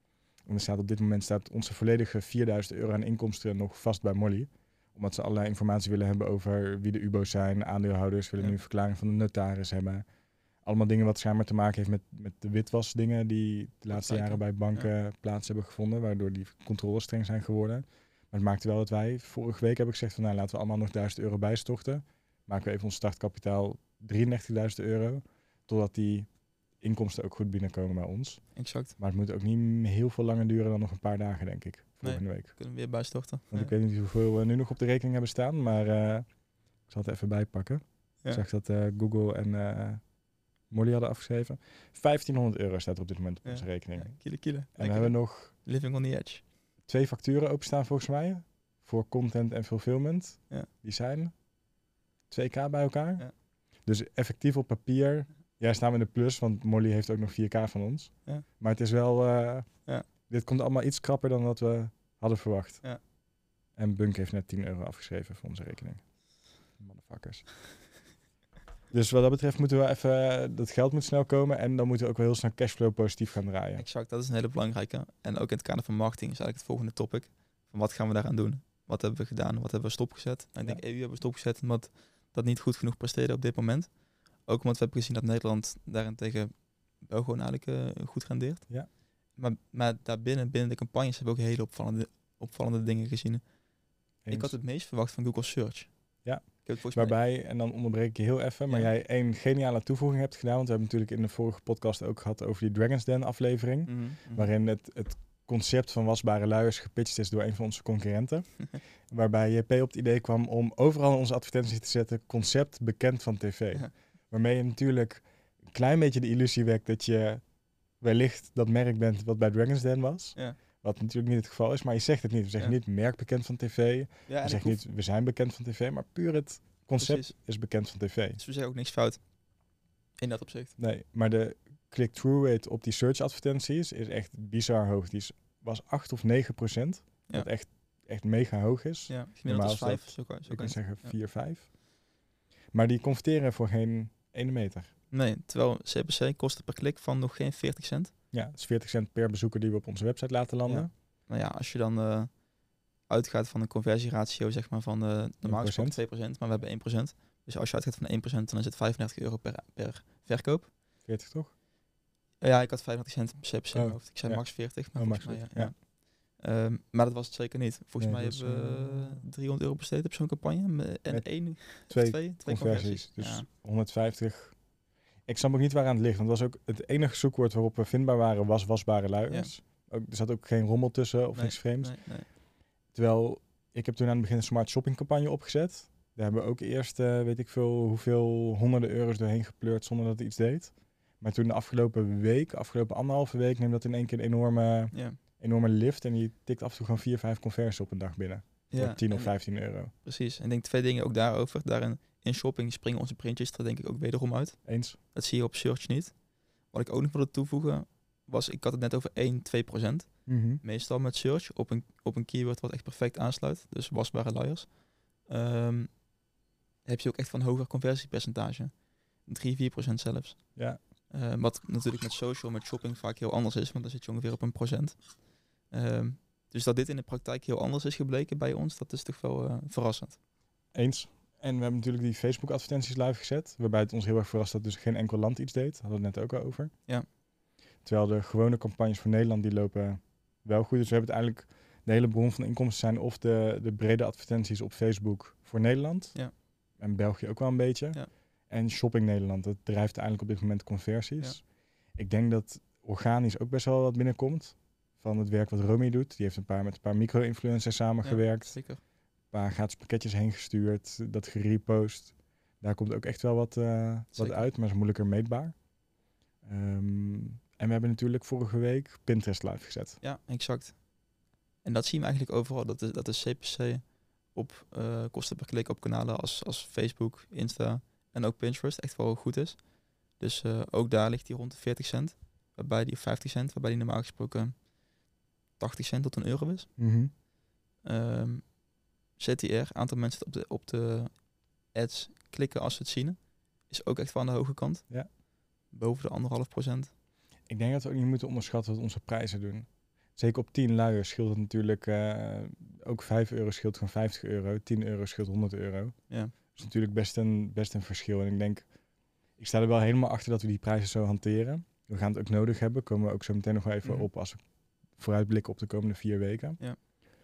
En er staat op dit moment staat onze volledige vierduizend euro aan inkomsten nog vast bij Molly. Omdat ze allerlei informatie willen hebben over wie de U B O's zijn. Aandeelhouders willen Ja. nu een verklaring van de notaris hebben. Allemaal dingen wat schijnbaar te maken heeft met, met de witwasdingen die de laatste Praktijken. jaren bij banken plaats hebben gevonden. Waardoor die controles streng zijn geworden. Maar het maakte wel dat wij vorige week hebben gezegd van nou laten we allemaal nog duizend euro bijstorten. Maken we even ons startkapitaal drieëndertigduizend euro. Totdat die inkomsten ook goed binnenkomen bij ons. Exact. Maar het moet ook niet heel veel langer duren dan nog een paar dagen, denk ik. Volgende week. Kunnen we weer bijstorten. Want Ja. ik weet niet hoeveel we nu nog op de rekening hebben staan. Maar uh, ik zal het even bijpakken. Ja. Ik zag dat uh, Google en uh, Molly hadden afgeschreven. vijftienhonderd euro staat er op dit moment op Ja. onze rekening. Ja, kiele, kiele. En Lekker, we hebben hè? nog Living on the edge. twee facturen openstaan volgens mij. Voor content en fulfillment. Ja. Die zijn twee k bij elkaar. Ja. Dus effectief op papier. Ja, staan we in de plus, want Molly heeft ook nog vier k van ons. Ja. Maar het is wel... Uh, Ja. Dit komt allemaal iets krapper dan wat we hadden verwacht. Ja. En Bunk heeft net tien euro afgeschreven voor onze rekening. Motherfuckers. Dus wat dat betreft moeten we even... Dat geld moet snel komen en dan moeten we ook wel heel snel cashflow positief gaan draaien. Exact, dat is een hele belangrijke. En ook in het kader van marketing is eigenlijk het volgende topic. Van wat gaan we daaraan doen? Wat hebben we gedaan? Wat hebben we stopgezet? Nou, ik denk Ja. E U hebben we stopgezet omdat dat niet goed genoeg presteerde op dit moment. Ook omdat we hebben gezien dat Nederland daarentegen wel gewoon eigenlijk uh, goed rendeert. Ja. Maar, maar daarbinnen, binnen de campagnes hebben we ook hele opvallende, opvallende dingen gezien. Eens. Ik had het meest verwacht van Google Search. Ja. Ik heb het volgens mij... Waarbij, en dan onderbreek ik je heel even, maar Ja. jij een geniale toevoeging hebt gedaan. Want we hebben natuurlijk in de vorige podcast ook gehad over die Dragon's Den aflevering. Mhm, mhm. Waarin het, het concept van wasbare luiers gepitcht is door een van onze concurrenten. Waarbij J P op het idee kwam om overal in onze advertenties te zetten concept bekend van tv. Ja. Waarmee je natuurlijk een klein beetje de illusie wekt dat je wellicht dat merk bent wat bij Dragon's Den was. Ja. Wat natuurlijk niet het geval is, maar je zegt het niet. We zeggen Ja. niet merk bekend van tv. Ja, We en ik zeggen hoef- niet we zijn bekend van tv, maar puur het concept Precies. is bekend van tv. Dus we zeggen ook niks fout. In dat opzicht. Nee, maar de click-through rate op die search advertenties is echt bizar hoog. Die is, was acht of negen procent. Ja. Wat echt, echt mega hoog is. Ja, Normaal gemiddeld is is vijf. dat- Zo kan, zo Ik kan kan je- zeggen ja. vier, vijf. Maar die converteren voor geen ene meter. Nee, terwijl C P C kosten per klik van nog geen veertig cent. Ja, het is veertig cent per bezoeker die we op onze website laten landen. Ja. Nou ja, als je dan uh, uitgaat van een conversieratio zeg maar van uh, normaal gesproken twee procent, maar we hebben één procent. Dus als je uitgaat van één procent, dan is het vijfendertig euro per, per verkoop. veertig toch? Uh, ja, ik had vijfendertig cent per C P C in Oh, mijn hoofd. Ik zei ja. max veertig, maar Oh, volgens max mij, veertig, ja. Um, maar dat was het zeker niet. Volgens Nee, mij dat hebben is, we uh, driehonderd euro besteed op zo'n campagne. me- En Met één, twee twee, twee Conversies. conversies. Dus Ja. honderdvijftig. Ik snap ook niet waaraan het ligt. Want het was ook het enige zoekwoord waarop we vindbaar waren was wasbare luiers. Ook, er zat ook geen rommel tussen of Nee, niks vreemds. Nee, nee. Terwijl, ik heb toen aan het begin een smart shopping campagne opgezet. Daar hebben we ook eerst, uh, weet ik veel, hoeveel honderden euro's doorheen gepleurd zonder dat het iets deed. Maar toen de afgelopen week, afgelopen anderhalve week, neemt dat in één keer een enorme, Ja. enorme lift. En die tikt af en toe gewoon vier, vijf conversies op een dag binnen. Ja, Voor tien of en- vijftien euro. Precies. En ik denk twee dingen ook daarover. Daarin in shopping springen onze printjes er denk ik ook wederom uit. Eens? Dat zie je op search niet. Wat ik ook nog wilde toevoegen was, ik had het net over één, twee procent. Mhm. Meestal met search op een, op een keyword wat echt perfect aansluit. Dus wasbare luiers. Ehm, heb je ook echt van een hoger conversiepercentage. drie, vier procent zelfs. Ja, Ehm, wat natuurlijk met social, met shopping vaak heel anders is. Want dan zit je ongeveer op een procent. Ehm, dus dat dit in de praktijk heel anders is gebleken bij ons, dat is toch wel uh, verrassend. eens. En we hebben natuurlijk die Facebook advertenties live gezet. Waarbij het ons heel erg verrast dat dus geen enkel land iets deed. Hadden we het net ook al over. Ja. Terwijl de gewone campagnes voor Nederland die lopen wel goed. Dus we hebben uiteindelijk de hele bron van inkomsten zijn of de, de brede advertenties op Facebook voor Nederland. Ja. En België ook wel een beetje. Ja. En Shopping Nederland. Dat drijft eigenlijk op dit moment conversies. Ik denk dat organisch ook best wel wat binnenkomt. Van het werk wat Romy doet. Die heeft een paar met een paar micro-influencers samengewerkt. Ja, zeker. Een paar gratis pakketjes heen gestuurd. Dat gerepost. Daar komt ook echt wel wat, uh, wat Zeker. uit. Maar is moeilijker meetbaar. Um, en we hebben natuurlijk vorige week Pinterest live gezet. Ja, exact. En dat zien we eigenlijk overal. Dat de, dat de C P C op uh, kosten per klik op kanalen als, als Facebook, Insta en ook Pinterest echt wel goed is. Dus uh, ook daar ligt die rond de veertig cent. Waarbij die vijftig cent, waarbij die normaal gesproken tachtig cent tot een euro is. Mm-hmm. Um, Z T R, aantal mensen op de, op de ads klikken als ze het zien, is ook echt wel aan de hoge kant. Ja. Boven de anderhalf procent. Ik denk dat we ook niet moeten onderschatten wat onze prijzen doen. Het zeker op tien luiers scheelt het natuurlijk uh, ook vijf euro scheelt van vijftig euro. tien euro scheelt honderd euro. Ja. Dat is natuurlijk best een, best een verschil. En ik denk, ik sta er wel helemaal achter dat we die prijzen zo hanteren. We gaan het ook nodig hebben. Komen we ook zo meteen nog wel even Mm-hmm. op als we vooruitblikken op de komende vier weken. Ja.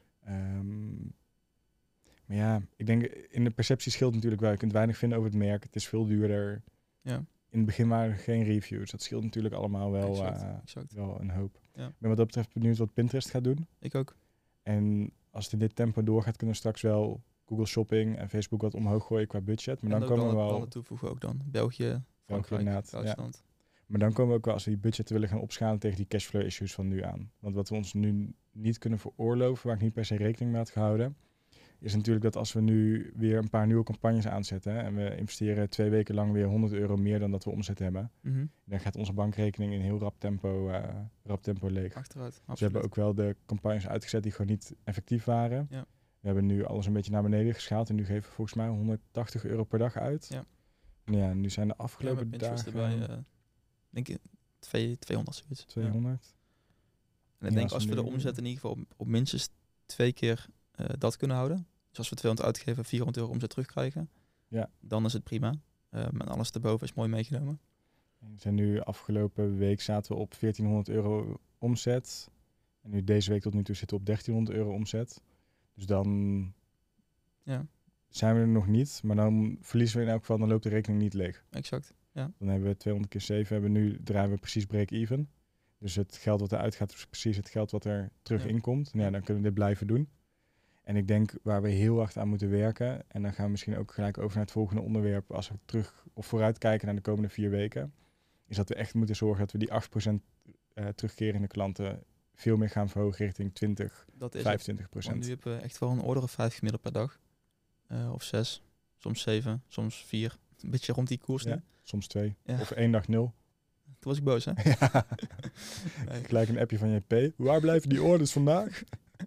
Um, maar ja, ik denk in de perceptie scheelt natuurlijk wel. Je kunt weinig vinden over het merk. Het is veel duurder. Ja. In het begin waren er geen reviews. Dat scheelt natuurlijk allemaal wel, Exact, uh, exact. wel een hoop. Ja. Ik ben wat dat betreft benieuwd wat Pinterest gaat doen. Ik ook. En als het in dit tempo doorgaat, kunnen we straks wel Google Shopping en Facebook wat omhoog gooien qua budget. Maar en dan ook komen we landen, wel... landen toevoegen ook dan. België, Frankrijk, inderdaad, Duitsland. Ja. Maar dan komen we ook wel, als we die budgetten willen gaan opschalen, tegen die cashflow issues van nu aan. Want wat we ons nu niet kunnen veroorloven, waar ik niet per se rekening mee had gehouden, is natuurlijk dat als we nu weer een paar nieuwe campagnes aanzetten hè, en we investeren twee weken lang weer honderd euro meer dan dat we omzet hebben, Mm-hmm. dan gaat onze bankrekening in heel rap tempo, uh, rap tempo leeg. Achteruit, Dus absoluut. we hebben ook wel de campagnes uitgezet die gewoon niet effectief waren. Ja. We hebben nu alles een beetje naar beneden geschaald en nu geven we volgens mij honderdtachtig euro per dag uit. Ja. En ja, nu zijn de Ja, afgelopen met Pinterest dagen erbij, uh, denk ik, twee, tweehonderd zoiets. tweehonderd. Ja. En ik Ja, denk als als we we de nu- omzet in ieder geval op, op minstens twee keer uh, dat kunnen houden. Dus als we tweehonderd uitgeven, vierhonderd euro omzet terugkrijgen. Ja. Dan is het prima. Um, en alles erboven is mooi meegenomen. We zijn nu afgelopen week zaten we op veertienhonderd euro omzet. En nu deze week tot nu toe zitten we op dertienhonderd euro omzet. Dus dan Ja, zijn we er nog niet. Maar dan verliezen we in elk geval, dan loopt de rekening niet leeg. exact. Ja. Dan hebben we tweehonderd keer zeven. Hebben nu draaien we precies break-even. Dus het geld wat eruit gaat is precies het geld wat er terug Ja. in komt. En ja, dan kunnen we dit blijven doen. En ik denk waar we heel hard aan moeten werken, en dan gaan we misschien ook gelijk over naar het volgende onderwerp, als we terug of vooruit kijken naar de komende vier weken, is dat we echt moeten zorgen dat we die acht procent uh, terugkerende klanten veel meer gaan verhogen richting twintig, Dat is vijfentwintig het. Want procent. nu hebben we echt wel een order of vijf gemiddeld per dag. Uh, of zes, soms zeven, soms vier. Een beetje rond die koers nu. Ja, soms twee. Ja. Of één dag nul. Toen was ik boos, hè? Ja. Nee. Gelijk een appje van je P. Waar blijven die orders vandaag?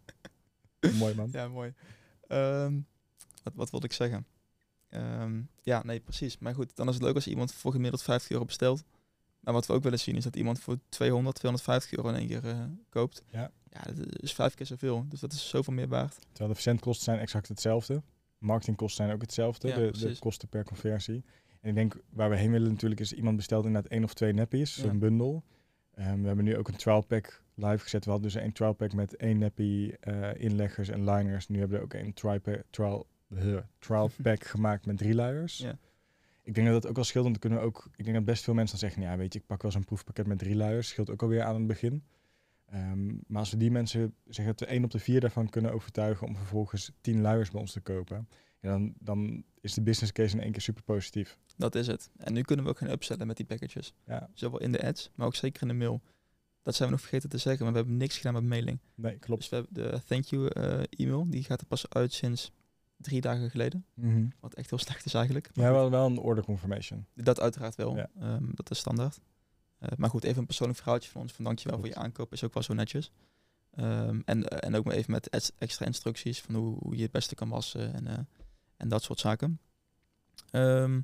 Mooi man. Ja, mooi. Um, wat, wat wilde ik zeggen? Um, ja, nee, precies. Maar goed, dan is het leuk als iemand voor gemiddeld vijftig euro bestelt. Maar wat we ook willen zien is dat iemand voor tweehonderd, tweehonderdvijftig euro in één keer uh, koopt. Ja. Ja, dat is vijf keer zoveel. Dus dat is zoveel meer waard. Terwijl de verzendkosten zijn exact hetzelfde. Marketingkosten zijn ook hetzelfde. Ja, de, de precies. kosten per conversie. En ik denk waar we heen willen natuurlijk is iemand bestelt inderdaad één of twee nappies. Ja. Zo'n bundel. Um, we hebben nu ook een trial pack live gezet. We hadden dus een trial pack met één nappie, uh, inleggers en liners. Nu hebben we ook een tri- pa- trial, uh, trial pack gemaakt met drie luiers. Ja. Ik denk dat dat ook wel scheelt, want dan kunnen we ook. Ik denk dat best veel mensen dan zeggen, ja, weet je, ik pak wel zo'n proefpakket met drie luiers. Scheelt ook alweer aan het begin. Um, maar als we die mensen zeggen dat we één op de vier daarvan kunnen overtuigen om vervolgens tien luiers bij ons te kopen, ja, dan, dan is de business case in één keer super positief. Dat is het. En nu kunnen we ook gaan upsellen met die packages. Ja. Zowel in de ads, maar ook zeker in de mail. Dat zijn we nog vergeten te zeggen, maar we hebben niks gedaan met mailing. Nee, klopt. Dus we hebben de thank you uh, e-mail, die gaat er pas uit sinds drie dagen geleden. Mm-hmm. Wat echt heel slecht is eigenlijk. Ja, wel, wel een order confirmation. Dat uiteraard wel. Ja. Um, dat is standaard. Uh, maar goed, even een persoonlijk verhaaltje van ons. Van dankjewel Klopt. voor je aankoop. Is ook wel zo netjes. Um, en, uh, en ook maar even met ex- extra instructies van hoe, hoe je het beste kan wassen. En, uh, en dat soort zaken. Um,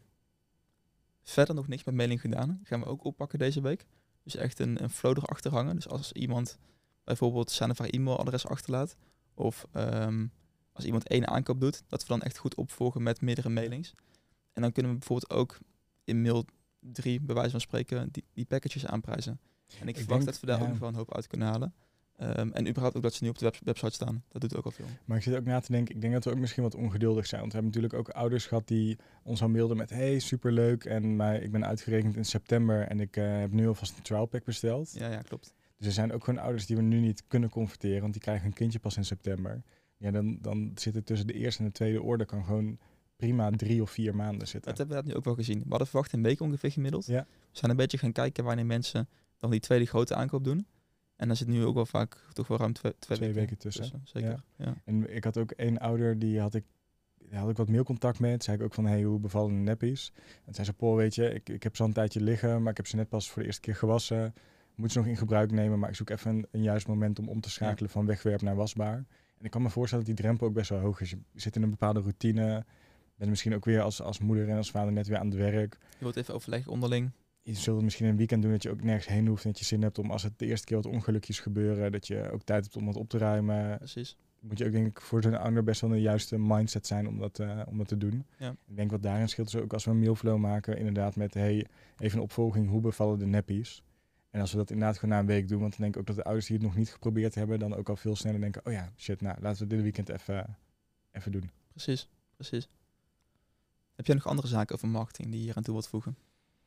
verder nog niks met mailing gedaan. Gaan we ook oppakken deze week. Dus echt een, een flow erachter hangen. Dus als iemand bijvoorbeeld zijn of haar e-mailadres achterlaat. Of um, als iemand één aankoop doet. Dat we dan echt goed opvolgen met meerdere mailings. En dan kunnen we bijvoorbeeld ook in mail drie, bij wijze van spreken, die, die packages aanprijzen. En ik, ik verwacht denk, dat we daar ja. ook nog wel een hoop uit kunnen halen. Um, en überhaupt ook dat ze nu op de web- website staan. Dat doet ook al veel. Maar ik zit ook na te denken, ik denk dat we ook misschien wat ongeduldig zijn. Want we hebben natuurlijk ook ouders gehad die ons al mailden met hey, superleuk. En maar ik ben uitgerekend in september en ik uh, heb nu alvast een trial pack besteld. Ja, ja, klopt. Dus er zijn ook gewoon ouders die we nu niet kunnen converteren, want die krijgen hun kindje pas in september. Ja, dan, dan zit er tussen de eerste en de tweede order kan gewoon prima drie of vier maanden zitten. Dat hebben we dat nu ook wel gezien. We hadden verwacht een week ongeveer gemiddeld. Ja. We zijn een beetje gaan kijken wanneer mensen dan die tweede grote aankoop doen. En dan zit nu ook wel vaak toch wel ruim twee, twee, twee weken, weken tussen. tussen zeker. Ja. Ja. En ik had ook één ouder, die had ik, daar had ik wat mailcontact mee. Toen zei ik ook van, hey, hoe bevallen de nappies? En zei ze, Paul, weet je, ik, ik heb ze al een tijdje liggen, maar ik heb ze net pas voor de eerste keer gewassen. Moet ze nog in gebruik nemen, maar ik zoek even een, een juist moment om om te schakelen ja. van wegwerp naar wasbaar. En ik kan me voorstellen dat die drempel ook best wel hoog is. Je zit in een bepaalde routine, bent misschien ook weer als, als moeder en als vader net weer aan het werk. Je wilt even overleggen onderling. je zult het misschien een weekend doen dat je ook nergens heen hoeft. En dat je zin hebt om als het de eerste keer wat ongelukjes gebeuren, dat je ook tijd hebt om wat op te ruimen. Precies. Moet je ook denk ik voor zo'n ouder best wel een juiste mindset zijn om dat, uh, om dat te doen. Ja. Ik denk wat daarin scheelt is ook als we een mailflow maken, inderdaad met hey, even een opvolging, hoe bevallen de nappies? En als we dat inderdaad gewoon na een week doen, want dan denk ik ook dat de ouders die het nog niet geprobeerd hebben, dan ook al veel sneller denken, oh ja, shit, nou laten we dit weekend even, even doen. Precies, precies. Heb jij nog andere zaken over marketing die je hier aan toe wilt voegen?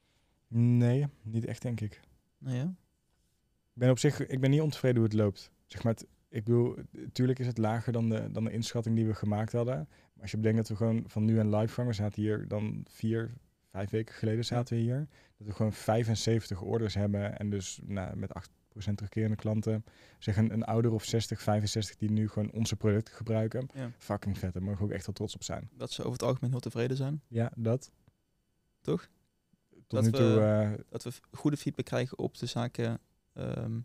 Nee, niet echt denk ik. Nou ja. Ik ben op zich, ik ben niet ontevreden hoe het loopt. Zeg maar, het, ik bedoel, natuurlijk is het lager dan de, dan de inschatting die we gemaakt hadden. Maar als je bedenkt dat we gewoon van nu en live vangen, we zaten hier dan vier, vijf weken geleden zaten we hier. Dat we gewoon vijfenzeventig orders hebben en dus nou, met acht procent terugkerende klanten. Zeg een, een ouder of zestig, vijfenzestig die nu gewoon onze producten gebruiken. Ja. Fucking vet, daar mogen we ook echt wel trots op zijn. Dat ze over het algemeen heel tevreden zijn. Ja, dat. Toch? Tot dat nu we, toe... Uh, dat we goede feedback krijgen op de zaken um,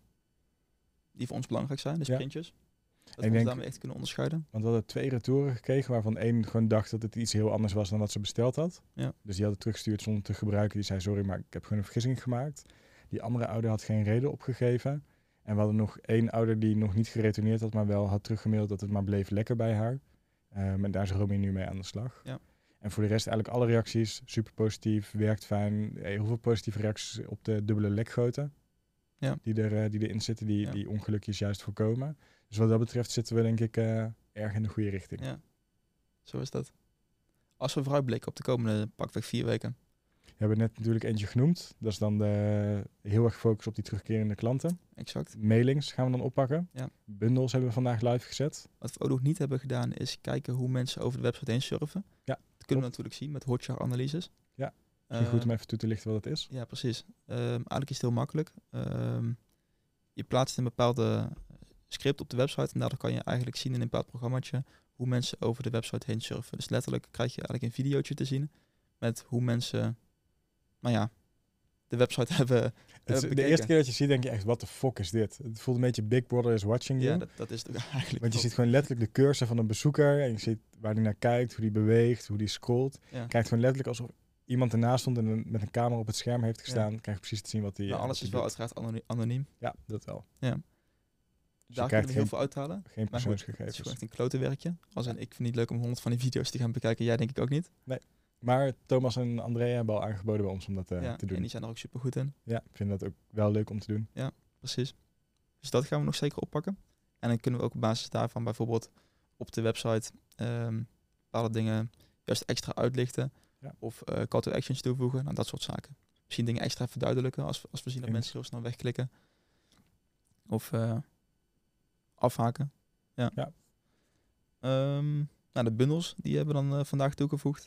die voor ons belangrijk zijn, de sprintjes. Ja. Dat we ons denk, daarmee echt kunnen onderscheiden. Want we hadden twee retouren gekregen waarvan één gewoon dacht dat het iets heel anders was dan wat ze besteld had. Ja. Dus die had het teruggestuurd zonder te gebruiken. Die zei sorry, maar ik heb gewoon een vergissing gemaakt. Die andere ouder had geen reden opgegeven. En we hadden nog één ouder die nog niet geretourneerd had, maar wel had teruggemaild dat het maar bleef lekker bij haar. Um, en daar is Romy nu mee aan de slag. Ja. En voor de rest eigenlijk alle reacties, super positief, werkt fijn. Heel veel positieve reacties op de dubbele lekgoten ja. die, er, die erin zitten, die, ja. die ongelukjes juist voorkomen. Dus wat dat betreft zitten we denk ik uh, erg in de goede richting. Ja, zo is dat. Als we vooruitblikken op de komende pakweg vier weken. We hebben net natuurlijk eentje genoemd. Dat is dan de, heel erg gefocust op die terugkerende klanten. Exact. Mailings gaan we dan oppakken. Ja. Bundles hebben we vandaag live gezet. Wat we ook nog niet hebben gedaan is kijken hoe mensen over de website heen surfen. Ja, dat kunnen we natuurlijk zien met Hotjar-analyses. Ja, misschien uh, goed om even toe te lichten wat het is. Ja, precies. Um, eigenlijk is het heel makkelijk. Um, je plaatst een bepaalde script op de website en daardoor kan je eigenlijk zien in een bepaald programmaatje hoe mensen over de website heen surfen. Dus letterlijk krijg je eigenlijk een videootje te zien met hoe mensen, nou ja, de website hebben uh, De eerste keer dat je ziet denk je echt, what the fuck is dit? Het voelt een beetje Big Brother is watching you. Ja, dat, dat is het eigenlijk. Want je ziet gewoon letterlijk de cursor van een bezoeker en je ziet waar hij naar kijkt, hoe die beweegt, hoe die scrolt. Ja. Je kijkt gewoon letterlijk alsof iemand ernaast stond en een, met een camera op het scherm heeft gestaan. Ja. Krijg je precies te zien wat hij nou, alles is wel uiteraard anoniem, anoniem. Ja, dat wel. Ja. Dus daar kunnen we heel veel uithalen. Geen persoonsgegevens. Het is gewoon echt een klote werkje. Als en ik vind het niet leuk om honderd van die video's te gaan bekijken. Jij denk ik ook niet. Nee. Maar Thomas en Andrea hebben al aangeboden bij ons om dat uh, ja, te doen. En die zijn er ook super goed in. Ja, ik vind dat ook wel leuk om te doen. Ja, precies. Dus dat gaan we nog zeker oppakken. En dan kunnen we ook op basis daarvan bijvoorbeeld op de website um, bepaalde dingen juist extra uitlichten. Ja. Of uh, call to actions toevoegen. Nou, dat soort zaken. Misschien dingen extra verduidelijken als, als we zien dat Eens. mensen heel snel wegklikken. Of uh, afhaken. Ja. ja. Um, nou, de bundels die hebben we dan uh, vandaag toegevoegd.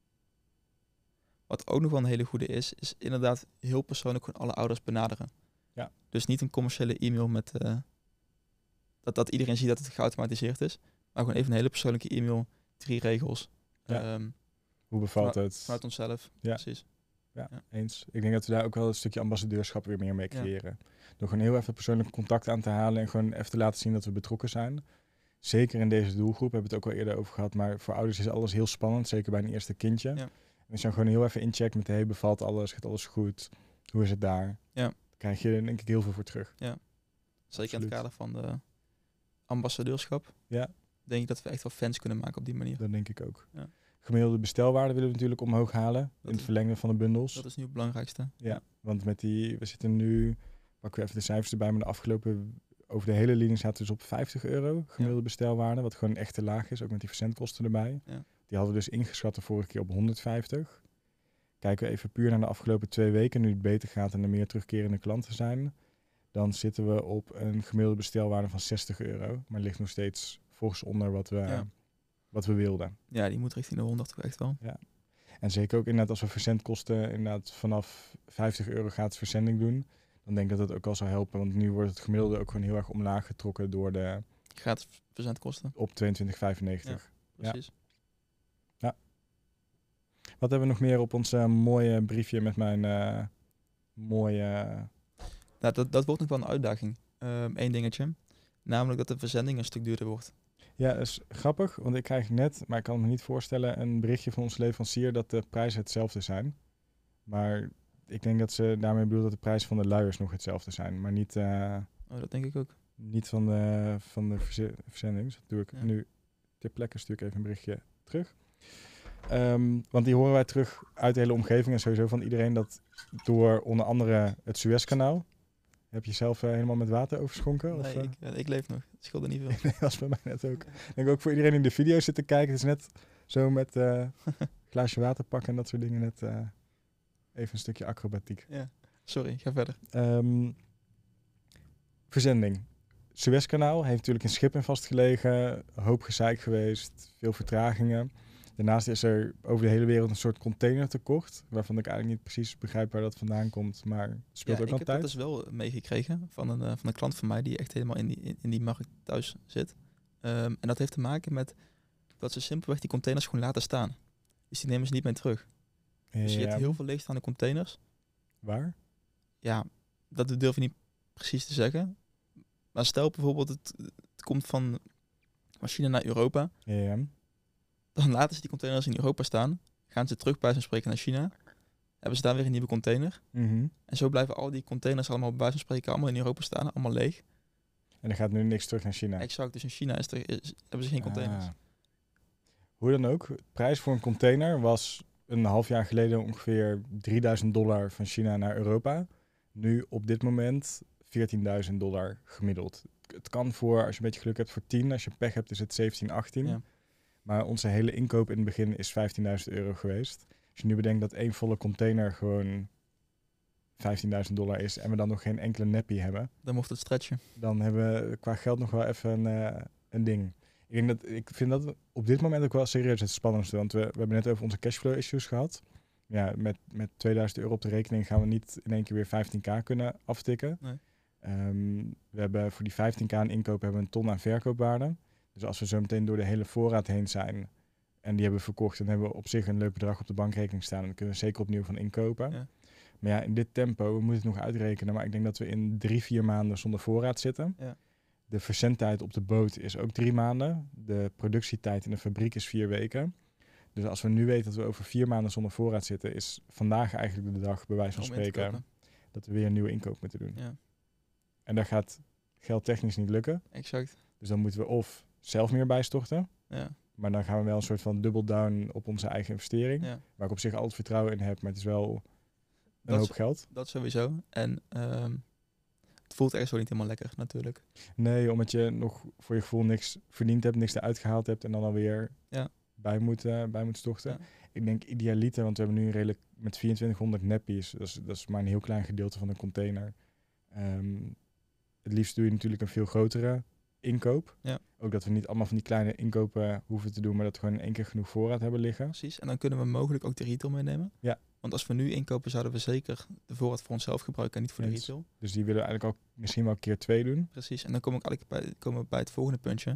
Wat ook nog wel een hele goede is, is inderdaad heel persoonlijk gewoon alle ouders benaderen. Ja. Dus niet een commerciële e-mail met uh, dat, dat iedereen ziet dat het geautomatiseerd is. Maar gewoon even een hele persoonlijke e-mail, drie regels. Ja. Um, Hoe bevalt vanuit, het? Vanuit onszelf, ja. precies. Ja, ja, eens. Ik denk dat we daar ook wel een stukje ambassadeurschap weer meer mee creëren. Ja. Door gewoon heel even persoonlijk contact aan te halen en gewoon even te laten zien dat we betrokken zijn. Zeker in deze doelgroep, hebben we het ook al eerder over gehad, maar voor ouders is alles heel spannend, zeker bij een eerste kindje. Ja. En als je dan gewoon heel even incheckt met, hey, bevalt alles, gaat alles goed, hoe is het daar? Ja. Dan krijg je er denk ik heel veel voor terug. Ja, zeker Absoluut. In het kader van de ambassadeurschap. Ja. Denk ik dat we echt wel fans kunnen maken op die manier. Dat denk ik ook. Ja. Gemiddelde bestelwaarde willen we natuurlijk omhoog halen, dat in het is, verlengde van de bundels. Dat is nu het belangrijkste. Ja, ja, want met die, we zitten nu, pakken we even de cijfers erbij, maar de afgelopen, over de hele linie zaten we dus op vijftig euro gemiddelde ja. bestelwaarde, wat gewoon echt te laag is, ook met die verzendkosten erbij. Ja. Die hadden we dus ingeschat de vorige keer op honderdvijftig. Kijken we even puur naar de afgelopen twee weken, nu het beter gaat en er meer terugkerende klanten zijn, dan zitten we op een gemiddelde bestelwaarde van zestig euro, maar ligt nog steeds volgens onder wat we... Ja. Wat we wilden. Ja, die moet richting de honderd toch echt wel. Ja. En zeker ook inderdaad als we verzendkosten inderdaad vanaf vijftig euro gratis verzending doen, dan denk ik dat dat ook al zou helpen. Want nu wordt het gemiddelde ook gewoon heel erg omlaag getrokken door de... Gratis verzendkosten. Op tweeëntwintig vijfennegentig. Ja, precies. Ja. ja. Wat hebben we nog meer op ons uh, mooie briefje met mijn uh, mooie... Nou, dat, dat wordt nog wel een uitdaging. Eén um, dingetje. Namelijk dat de verzending een stuk duurder wordt. Ja, dat is grappig, want ik krijg net, maar ik kan me niet voorstellen, een berichtje van onze leverancier dat de prijzen hetzelfde zijn. Maar ik denk dat ze daarmee bedoelt dat de prijs van de luiers nog hetzelfde zijn. Maar niet, uh, Oh, dat denk ik ook. niet van de, van de verze- verzending. Dus dat doe ik Ja. nu ter plekke. Stuur ik even een berichtje terug. Um, want die horen wij terug uit de hele omgeving. En sowieso van iedereen dat door onder andere het Suezkanaal. Heb je zelf uh, helemaal met water overschonken? Nee, of, uh? ik, uh, ik leef nog. Het scheelde niet veel. Nee, dat was bij mij net ook. Ik denk ook voor iedereen die de video zit te kijken. Het is net zo met uh, een glaasje water pakken en dat soort dingen. Net uh, even een stukje acrobatiek. Ja, sorry, ga verder. Um, verzending. Suezkanaal heeft natuurlijk een schip in vastgelegen. Hoop gezeik geweest. Veel vertragingen. Daarnaast is er over de hele wereld een soort containertekort. Waarvan ik eigenlijk niet precies begrijp waar dat vandaan komt. Maar het speelt ja, ook al ik tijd. heb dat dus wel meegekregen van een, uh, van een klant van mij die echt helemaal in die, in, in die markt thuis zit. Um, en dat heeft te maken met dat ze simpelweg die containers gewoon laten staan. Dus die nemen ze niet meer terug. Dus je ja. hebt heel veel leegstaande containers. Waar? Ja, dat durf ik niet precies te zeggen. Maar stel bijvoorbeeld, het, het komt van machine naar Europa. Ja. Dan laten ze die containers in Europa staan. Gaan ze terug bij zijn spreken naar China. Hebben ze daar weer een nieuwe container. Mm-hmm. En zo blijven al die containers allemaal bij zijn spreken allemaal in Europa staan. Allemaal leeg. En er gaat nu niks terug naar China. Exact, dus in China is er, is, hebben ze geen containers. Ah. Hoe dan ook, de prijs voor een container was een half jaar geleden ongeveer drieduizend dollar van China naar Europa. Nu op dit moment veertienduizend dollar gemiddeld. Het kan voor, als je een beetje geluk hebt, voor tien. Als je pech hebt is het zeventien, achttien. Ja. Maar onze hele inkoop in het begin is vijftienduizend euro geweest. Als je nu bedenkt dat één volle container gewoon vijftienduizend dollar is en we dan nog geen enkele neppie hebben, Dan mocht het stretchen. dan hebben we qua geld nog wel even een, uh, een ding. Ik, denk dat, ik vind dat op dit moment ook wel serieus het spannendste. Want we, we hebben net over onze cashflow issues gehad. Ja, met, met tweeduizend euro op de rekening gaan we niet in één keer weer vijftien k kunnen aftikken. Nee. Um, we hebben voor die vijftien k aan inkoop hebben we een ton aan verkoopwaarde. Dus als we zo meteen door de hele voorraad heen zijn en die hebben we verkocht, dan hebben we op zich een leuk bedrag op de bankrekening staan. Dan kunnen we zeker opnieuw van inkopen. Ja. Maar ja, in dit tempo, we moeten het nog uitrekenen, maar ik denk dat we in drie, vier maanden zonder voorraad zitten. Ja. De verzendtijd op de boot is ook drie maanden. De productietijd in de fabriek is vier weken. Dus als we nu weten dat we over vier maanden zonder voorraad zitten, is vandaag eigenlijk de dag, bij wijze van Om in te spreken, kopen. dat we weer een nieuwe inkoop moeten doen. Ja, En dat gaat geldtechnisch niet lukken. exact. Dus dan moeten we of zelf meer bijstorten, Ja. maar dan gaan we wel een soort van double down op onze eigen investering. Ja. Waar ik op zich altijd vertrouwen in heb, maar het is wel een Dat hoop is- geld. Dat sowieso. En um, het voelt echt zo niet helemaal lekker natuurlijk. Nee, omdat je nog voor je gevoel niks verdiend hebt, niks eruit gehaald hebt en dan alweer Ja. bij, moet, uh, bij moet storten. Ja. Ik denk idealiter, want we hebben nu een redelijk met vierentwintighonderd neppies. Dat is, dat is maar een heel klein gedeelte van een container. Um, het liefst doe je natuurlijk een veel grotere inkoop. Ja. Ook dat we niet allemaal van die kleine inkopen hoeven te doen, maar dat we gewoon in één keer genoeg voorraad hebben liggen. Precies. En dan kunnen we mogelijk ook de retail meenemen. Ja. Want als we nu inkopen, zouden we zeker de voorraad voor onszelf gebruiken en niet voor de Eens. retail. Dus die willen we eigenlijk ook misschien wel keer twee doen. Precies. En dan kom ik eigenlijk bij, komen we bij het volgende puntje.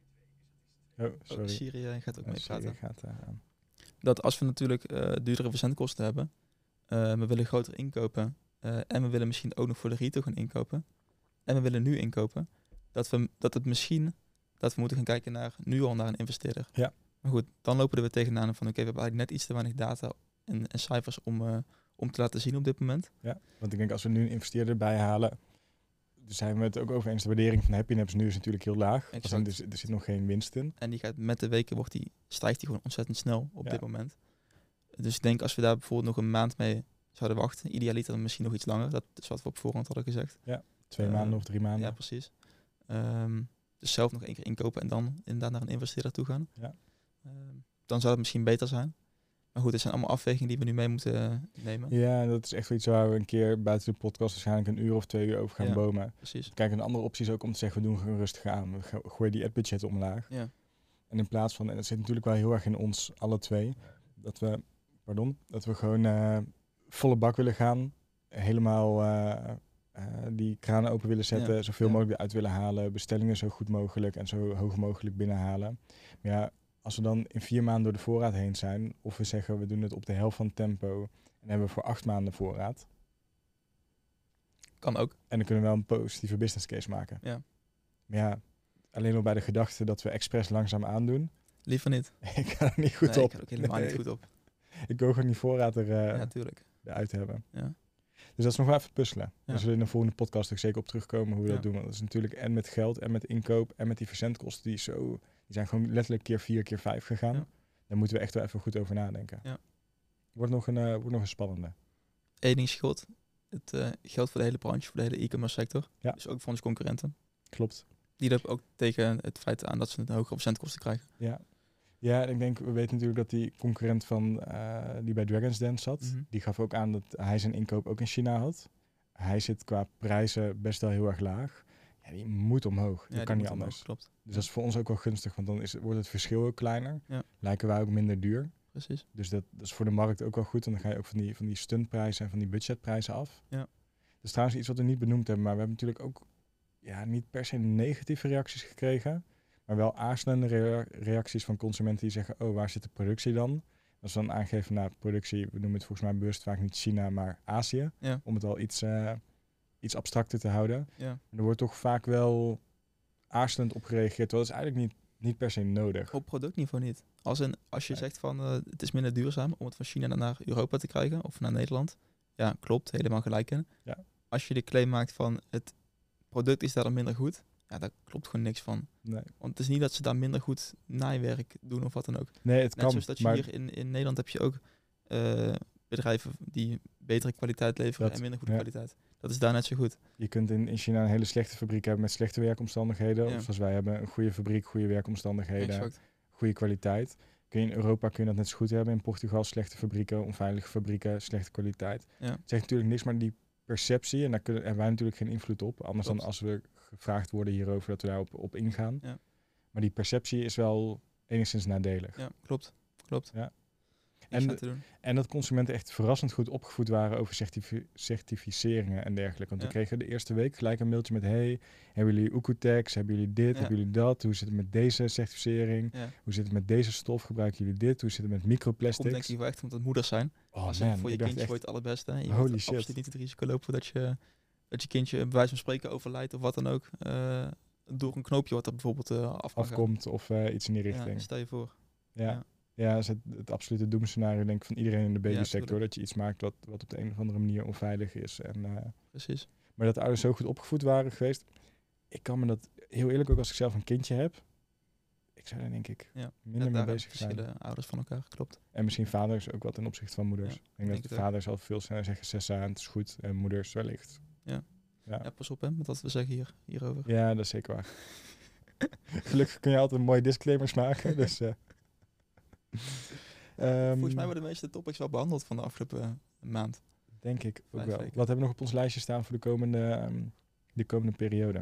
Oh, Oh, sorry. Siri eh, gaat ook Ja, mee Siri praten. gaat, uh, aan. Dat als we natuurlijk uh, duurdere verzendkosten hebben, uh, we willen groter inkopen uh, en we willen misschien ook nog voor de retail gaan inkopen en we willen nu inkopen, dat, we, dat het misschien, dat we moeten gaan kijken naar, nu al naar een investeerder. Ja. Maar goed, dan lopen we er weer tegenaan van oké, okay, we hebben eigenlijk net iets te weinig data en, en cijfers om, uh, om te laten zien op dit moment. Ja, want ik denk als we nu een investeerder erbij halen, dus zijn we het ook over eens, de waardering van Happy Naps nu is natuurlijk heel laag. Exact. Er, dus, er zit nog geen winst in. En die gaat met de weken wordt die, stijgt die gewoon ontzettend snel op Ja. dit moment. Dus ik denk als we daar bijvoorbeeld nog een maand mee zouden wachten, idealiter dan misschien nog iets langer, dat is wat we op voorhand hadden gezegd. Twee Uh, maanden of drie maanden. Ja, precies. Um, dus zelf nog één keer inkopen en dan inderdaad naar een investeerder toe gaan. Ja. Um, dan zou het misschien beter zijn. Maar goed, het zijn allemaal afwegingen die we nu mee moeten uh, nemen. Ja, dat is echt iets waar we een keer buiten de podcast waarschijnlijk een uur of twee uur over gaan Ja. bomen. Precies. Kijk, een andere optie is ook om te zeggen, we doen gewoon rustig aan. We go- gooien die adbudget omlaag. Ja. En in plaats van, en dat zit natuurlijk wel heel erg in ons alle twee, dat we, pardon, dat we gewoon uh, volle bak willen gaan. Helemaal uh, uh, die kranen open willen zetten, Ja. zoveel Ja. mogelijk eruit willen halen, bestellingen zo goed mogelijk en zo hoog mogelijk binnenhalen. Maar ja, als we dan in vier maanden door de voorraad heen zijn, of we zeggen we doen het op de helft van het tempo en hebben we voor acht maanden voorraad. Kan ook. En dan kunnen we wel een positieve business case maken. Ja. Maar ja, alleen al bij de gedachte dat we expres langzaam aandoen, Liever niet. ik ga er niet goed nee, op. ik ga er ook helemaal Nee. niet goed op. Ik wil gewoon die voorraad er uh, Ja, tuurlijk. eruit hebben. Ja. Dus dat is nog wel even puzzelen. Ja. We zullen in de volgende podcast ook zeker op terugkomen hoe we Ja. dat doen. Want dat is natuurlijk en met geld en met inkoop en met die verzendkosten die zo, die zijn gewoon letterlijk keer vier, keer vijf gegaan. Ja. Daar moeten we echt wel even goed over nadenken. Ja. Wordt nog een, uh, wordt nog een spannende. Eén ding scheelt. Het uh, geldt voor de hele branche, voor de hele e-commerce sector. Ja. Dus ook voor onze concurrenten. Klopt. Die lopen ook tegen het feit aan dat ze een hogere verzendkosten krijgen. Ja. Ja, en ik denk, we weten natuurlijk dat die concurrent van uh, die bij Dragon's Den zat, Mm-hmm. die gaf ook aan dat hij zijn inkoop ook in China had. Hij zit qua prijzen best wel heel erg laag. Ja, die moet omhoog. Ja, dat kan niet omhoog, anders. Klopt. Dus dat is voor ons ook wel gunstig, want dan is, wordt het verschil ook kleiner. Ja. Lijken wij ook minder duur. Precies. Dus dat, dat is voor de markt ook wel goed. En dan ga je ook van die, van die stuntprijzen en van die budgetprijzen af. Ja. Dat is trouwens iets wat we niet benoemd hebben, maar we hebben natuurlijk ook ja, niet per se negatieve reacties gekregen. Maar wel aarzelende rea- reacties van consumenten die zeggen, oh, waar zit de productie dan? Dat is dan aangegeven, nou, productie, we noemen het volgens mij bewust vaak niet China, maar Azië. Ja. Om het al iets, uh, iets abstracter te houden. Ja. Er wordt toch vaak wel aarzelend op gereageerd, terwijl dat is eigenlijk niet, niet per se nodig. Op productniveau niet. Als, in, als je Nee. zegt van uh, het is minder duurzaam om het van China naar Europa te krijgen of naar Nederland. Ja, klopt, helemaal gelijk in. Ja. Als je de claim maakt van het product is daar dan minder goed, ja, daar klopt gewoon niks van. Nee, Want het is niet dat ze daar minder goed naaiwerk doen of wat dan ook. nee het Net kan. zoals dat je maar hier in, in Nederland heb je ook uh, bedrijven die betere kwaliteit leveren Dat- en minder goede ja. kwaliteit. Dat is daar net zo goed. je kunt in, in China een hele slechte fabriek hebben met slechte werkomstandigheden. Ja. Of zoals wij hebben, een goede fabriek, goede werkomstandigheden, Exact. goede kwaliteit. Kun je in Europa kun je dat net zo goed hebben. In Portugal slechte fabrieken, onveilige fabrieken, slechte kwaliteit. Ja. Het zegt natuurlijk niks, maar die perceptie, en daar kunnen, hebben wij natuurlijk geen invloed op. Anders Klopt. dan als we gevraagd worden hierover, dat we daarop op ingaan. Ja. Maar die perceptie is wel enigszins nadelig. Ja, klopt. Klopt. Ja. Niks En aan te doen. En dat consumenten echt verrassend goed opgevoed waren over certifi- certificeringen en dergelijke. Want Ja. we kregen de eerste week gelijk een mailtje met, hey, hebben jullie Oecotex, hebben jullie dit, Ja. hebben jullie dat? Hoe zit het met deze certificering? Ja. Hoe zit het met deze stof? Gebruiken jullie dit? Hoe zit het met Komt denk microplastics? ik wel echt omdat het moeders zijn. Oh Als man, je voor je ik dacht kindje echt, voor het allerbeste. Hè. Je holy wilt shit. absoluut niet het risico lopen dat je, dat je kindje bij wijze van spreken overlijdt of wat dan ook. Uh, door een knoopje wat er bijvoorbeeld uh, af kan gaan. afkomt of uh, iets in die richting. Ja, stel je voor. Ja, Ja. ja. dat is het, het absolute doemscenario denk ik van iedereen in de baby sector. tuurlijk. dat je iets maakt wat, wat op de een of andere manier onveilig is. En, uh, Precies. maar dat ouders zo goed opgevoed waren geweest. Ik kan me dat heel eerlijk ook als ik zelf een kindje heb. Ik zou daar denk ik Ja. minder Ja, mee daar bezig zijn. verschillen ouders van elkaar, klopt. En misschien vaders ook wat ten opzichte van moeders. Ja, ik denk denk dat het ook. vaders al veel sneller zeggen Sessa en het is goed. En moeders wellicht. Ja. Ja, Ja, pas op hè, met wat we zeggen hier, hierover. ja dat is zeker waar. Gelukkig kun je altijd mooie disclaimers maken. Dus, uh. Volgens mij worden de meeste topics wel behandeld van de afgelopen uh, maand. Denk ik ook Vijf wel. weken. Wat hebben we nog op ons lijstje staan voor de komende, um, de komende periode?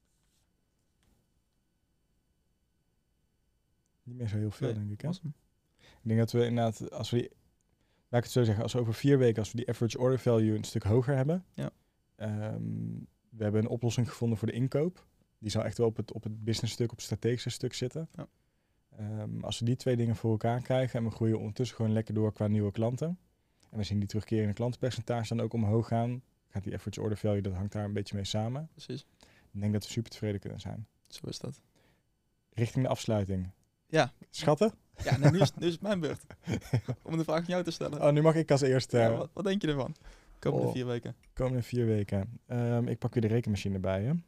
Niet meer zo heel veel, Nee, denk ik. Hè? was hem. Ik denk dat we inderdaad, als we die, laat ik het zo zeggen, als we over vier weken, als we die average order value een stuk hoger hebben. Ja. Um, we hebben een oplossing gevonden voor de inkoop. Die zal echt wel op het, op het business stuk, op het strategische stuk zitten. Ja. Um, als we die twee dingen voor elkaar krijgen en we groeien ondertussen gewoon lekker door qua nieuwe klanten. En we zien die terugkerende klantenpercentage dan ook omhoog gaan. Gaat die average order value, dat hangt daar een beetje mee samen. Precies, Ik denk dat we super tevreden kunnen zijn. zo is dat. Richting de afsluiting. Ja. Schatten? Ja, nee, nu, is, nu is het mijn beurt. Om de vraag aan jou te stellen. Oh, nu mag ik als eerste. Ja, wat, wat denk je ervan? Komende Oh. vier weken. Komende vier weken. Um, ik pak weer de rekenmachine bij je.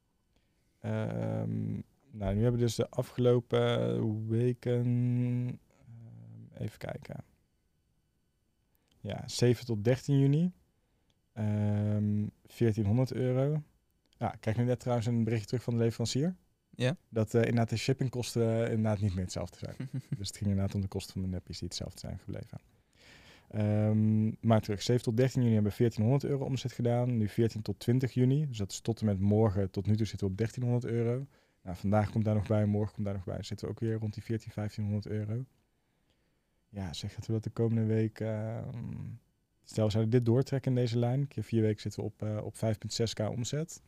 Um, nou, nu hebben we dus de afgelopen weken... Um, even kijken. Ja, zeven tot dertien juni. Um, veertienhonderd euro. Ja, ik krijg nu net trouwens een berichtje terug van de leverancier. Ja? Dat uh, inderdaad de shippingkosten uh, inderdaad niet meer hetzelfde zijn. Dus het ging inderdaad om de kosten van de neppies die hetzelfde zijn gebleven. Um, maar terug, zeven tot dertien juni hebben we veertienhonderd euro omzet gedaan. Nu veertien tot twintig juni. Dus dat is tot en met morgen. Tot nu toe zitten we op dertienhonderd euro. Nou, vandaag komt daar nog bij, morgen komt daar nog bij. Dan zitten we ook weer rond die veertien, vijftienhonderd euro. Ja, zeg dat we dat de komende week... Uh, stel, we zouden dit doortrekken in deze lijn. Keer vier weken zitten we op, uh, op vijf komma zes k omzet.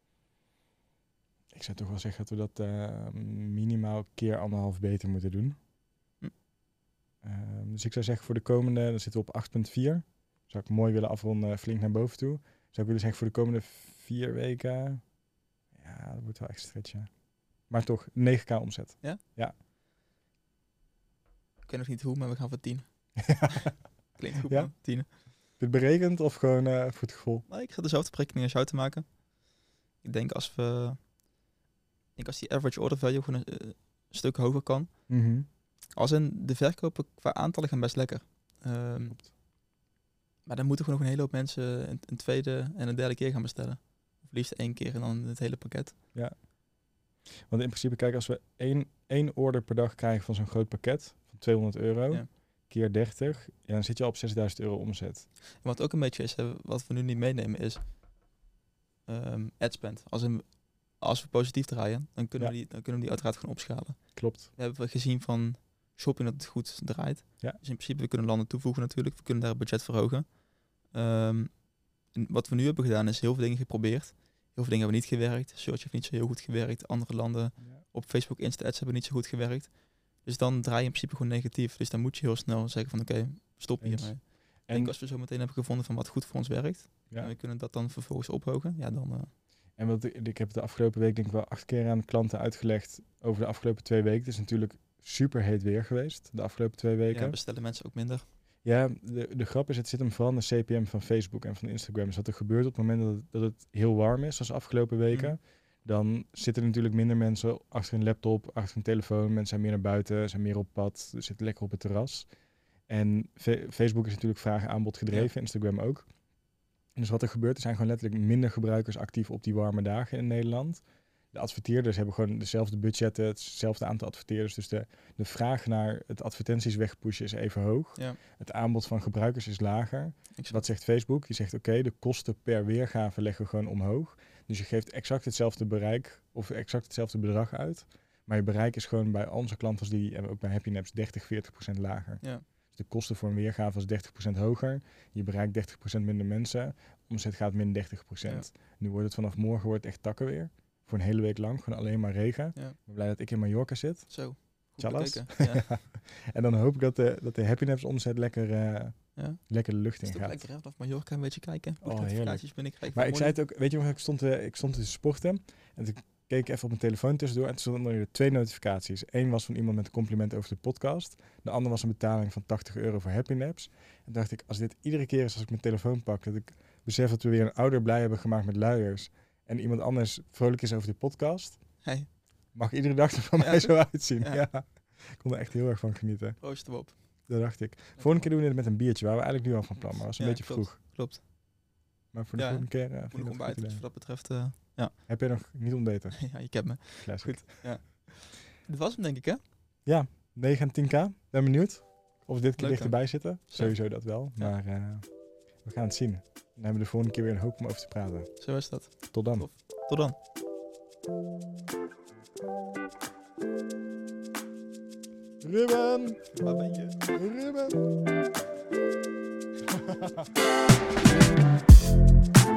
Ik zou toch wel zeggen dat we dat uh, minimaal keer anderhalf beter moeten doen. Hm. Um, dus ik zou zeggen voor de komende, dan zitten we op acht komma vier. Zou ik mooi willen afronden, flink naar boven toe. Zou ik willen zeggen voor de komende vier weken, ja, dat wordt wel echt stretchen. Maar toch, negen k omzet. Ja? Ja. Ik weet nog niet hoe, maar we gaan voor tien. Klinkt goed, Ja? man. tien. Vind je het berekend of gewoon uh, voor het gevoel? Nou, ik ga dezelfde berekening als jou te maken. Ik denk als we... Ik denk als die average order value gewoon een, uh, een stuk hoger kan. Mm-hmm. Als in de verkopen qua aantallen gaan best lekker. Um, maar dan moeten gewoon nog een hele hoop mensen een, een tweede en een derde keer gaan bestellen. Of liefst één keer en dan het hele pakket. Ja. Want in principe, kijk, als we één, één order per dag krijgen van zo'n groot pakket van tweehonderd euro, ja. keer dertig, ja, dan zit je al op zesduizend euro omzet. En wat ook een beetje is, hè, wat we nu niet meenemen, is um, adspend. Als, een, als we positief draaien, dan kunnen, ja. we die, dan kunnen we die uiteraard gewoon opschalen. Klopt. We hebben gezien van shopping dat het goed draait. Ja. Dus in principe, we kunnen landen toevoegen natuurlijk. We kunnen daar het budget verhogen. Um, wat we nu hebben gedaan, is heel veel dingen geprobeerd. Heel veel dingen hebben niet gewerkt. Search heeft niet zo heel goed gewerkt. Andere landen ja. op Facebook Insta-ads hebben niet zo goed gewerkt. Dus dan draai je in principe gewoon negatief. Dus dan moet je heel snel zeggen van oké, okay, stop hiermee. En ik denk als we zo meteen hebben gevonden van wat goed voor ons werkt. Ja. En we kunnen dat dan vervolgens ophogen. Ja, dan... Uh... En wat ik, ik heb de afgelopen week denk ik wel acht keer aan klanten uitgelegd over de afgelopen twee weken. Het is natuurlijk super heet weer geweest de afgelopen twee weken. Ja, bestellen mensen ook minder. Ja, de, de grap is, het zit hem vooral in de C P M van Facebook en van Instagram. Dus wat er gebeurt op het moment dat het, dat het heel warm is, zoals de afgelopen weken, mm. dan zitten er natuurlijk minder mensen achter een laptop, achter een telefoon. Mensen zijn meer naar buiten, zijn meer op pad, zitten lekker op het terras. En fe- Facebook is natuurlijk vraag- aanbod gedreven, ja. Instagram ook. Dus wat er gebeurt, er zijn gewoon letterlijk minder gebruikers actief op die warme dagen in Nederland. De adverteerders hebben gewoon dezelfde budgetten, hetzelfde aantal adverteerders. Dus de, de vraag naar het advertenties wegpushen is even hoog. Ja. Het aanbod van gebruikers is lager. Exact. Wat zegt Facebook? Je zegt oké, okay, de kosten per weergave leggen we gewoon omhoog. Dus je geeft exact hetzelfde bereik of exact hetzelfde bedrag uit. Maar je bereik is gewoon bij onze klanten als die, en ook bij HappyNaps, dertig, veertig procent lager. Ja. Dus de kosten voor een weergave is dertig procent hoger. Je bereikt dertig procent minder mensen. Omzet gaat min dertig procent. Ja. Nu wordt het vanaf morgen wordt het echt takken weer. Voor een hele week lang, gewoon alleen maar regen. Ja. Ik ben blij dat ik in Mallorca zit. Zo, goed ja. En dan hoop ik dat de, dat de HappyNaps omzet lekker, uh, ja. lekker de lucht in gaat. Lekker hè, vanaf Mallorca een beetje kijken. Oh, heerlijk. Binnenkrijgen. Maar ik zei het ook, weet je wat, ik stond, uh, ik stond te sporten en toen keek ik even op mijn telefoon tussendoor en toen stonden er twee notificaties. Eén was van iemand met een compliment over de podcast. De andere was een betaling van tachtig euro voor HappyNaps. En dacht ik, als dit iedere keer is als ik mijn telefoon pak, dat ik besef dat we weer een ouder blij hebben gemaakt met luiers. En iemand anders vrolijk is over de podcast. Hey. Mag iedere dag er van ja. mij zo uitzien. Ja. ja. Ik kon er echt heel erg van genieten. Proost erop. Dat dacht ik. Volgende keer doen we dit met een biertje. Waar we eigenlijk nu al van plan. Maar dat was een ja, beetje klopt, vroeg. Klopt. Maar voor de ja, volgende keer... Uh, moet nog ontbijten. Dus wat dat betreft... Uh, ja. Heb je nog niet ontbeten? ja, ik heb me. Classic. Goed. Ja. Dat was hem denk ik hè? Ja. negen en tien k. Ben benieuwd. Of we dit keer Leuk, dichterbij zitten. Zo. Sowieso dat wel. Ja. Maar uh, we gaan het zien. Dan hebben we de volgende keer weer een hoop om over te praten. Zo is dat. Tot dan. Tof. Tot dan. Ruben! Waar ben je? Ruben!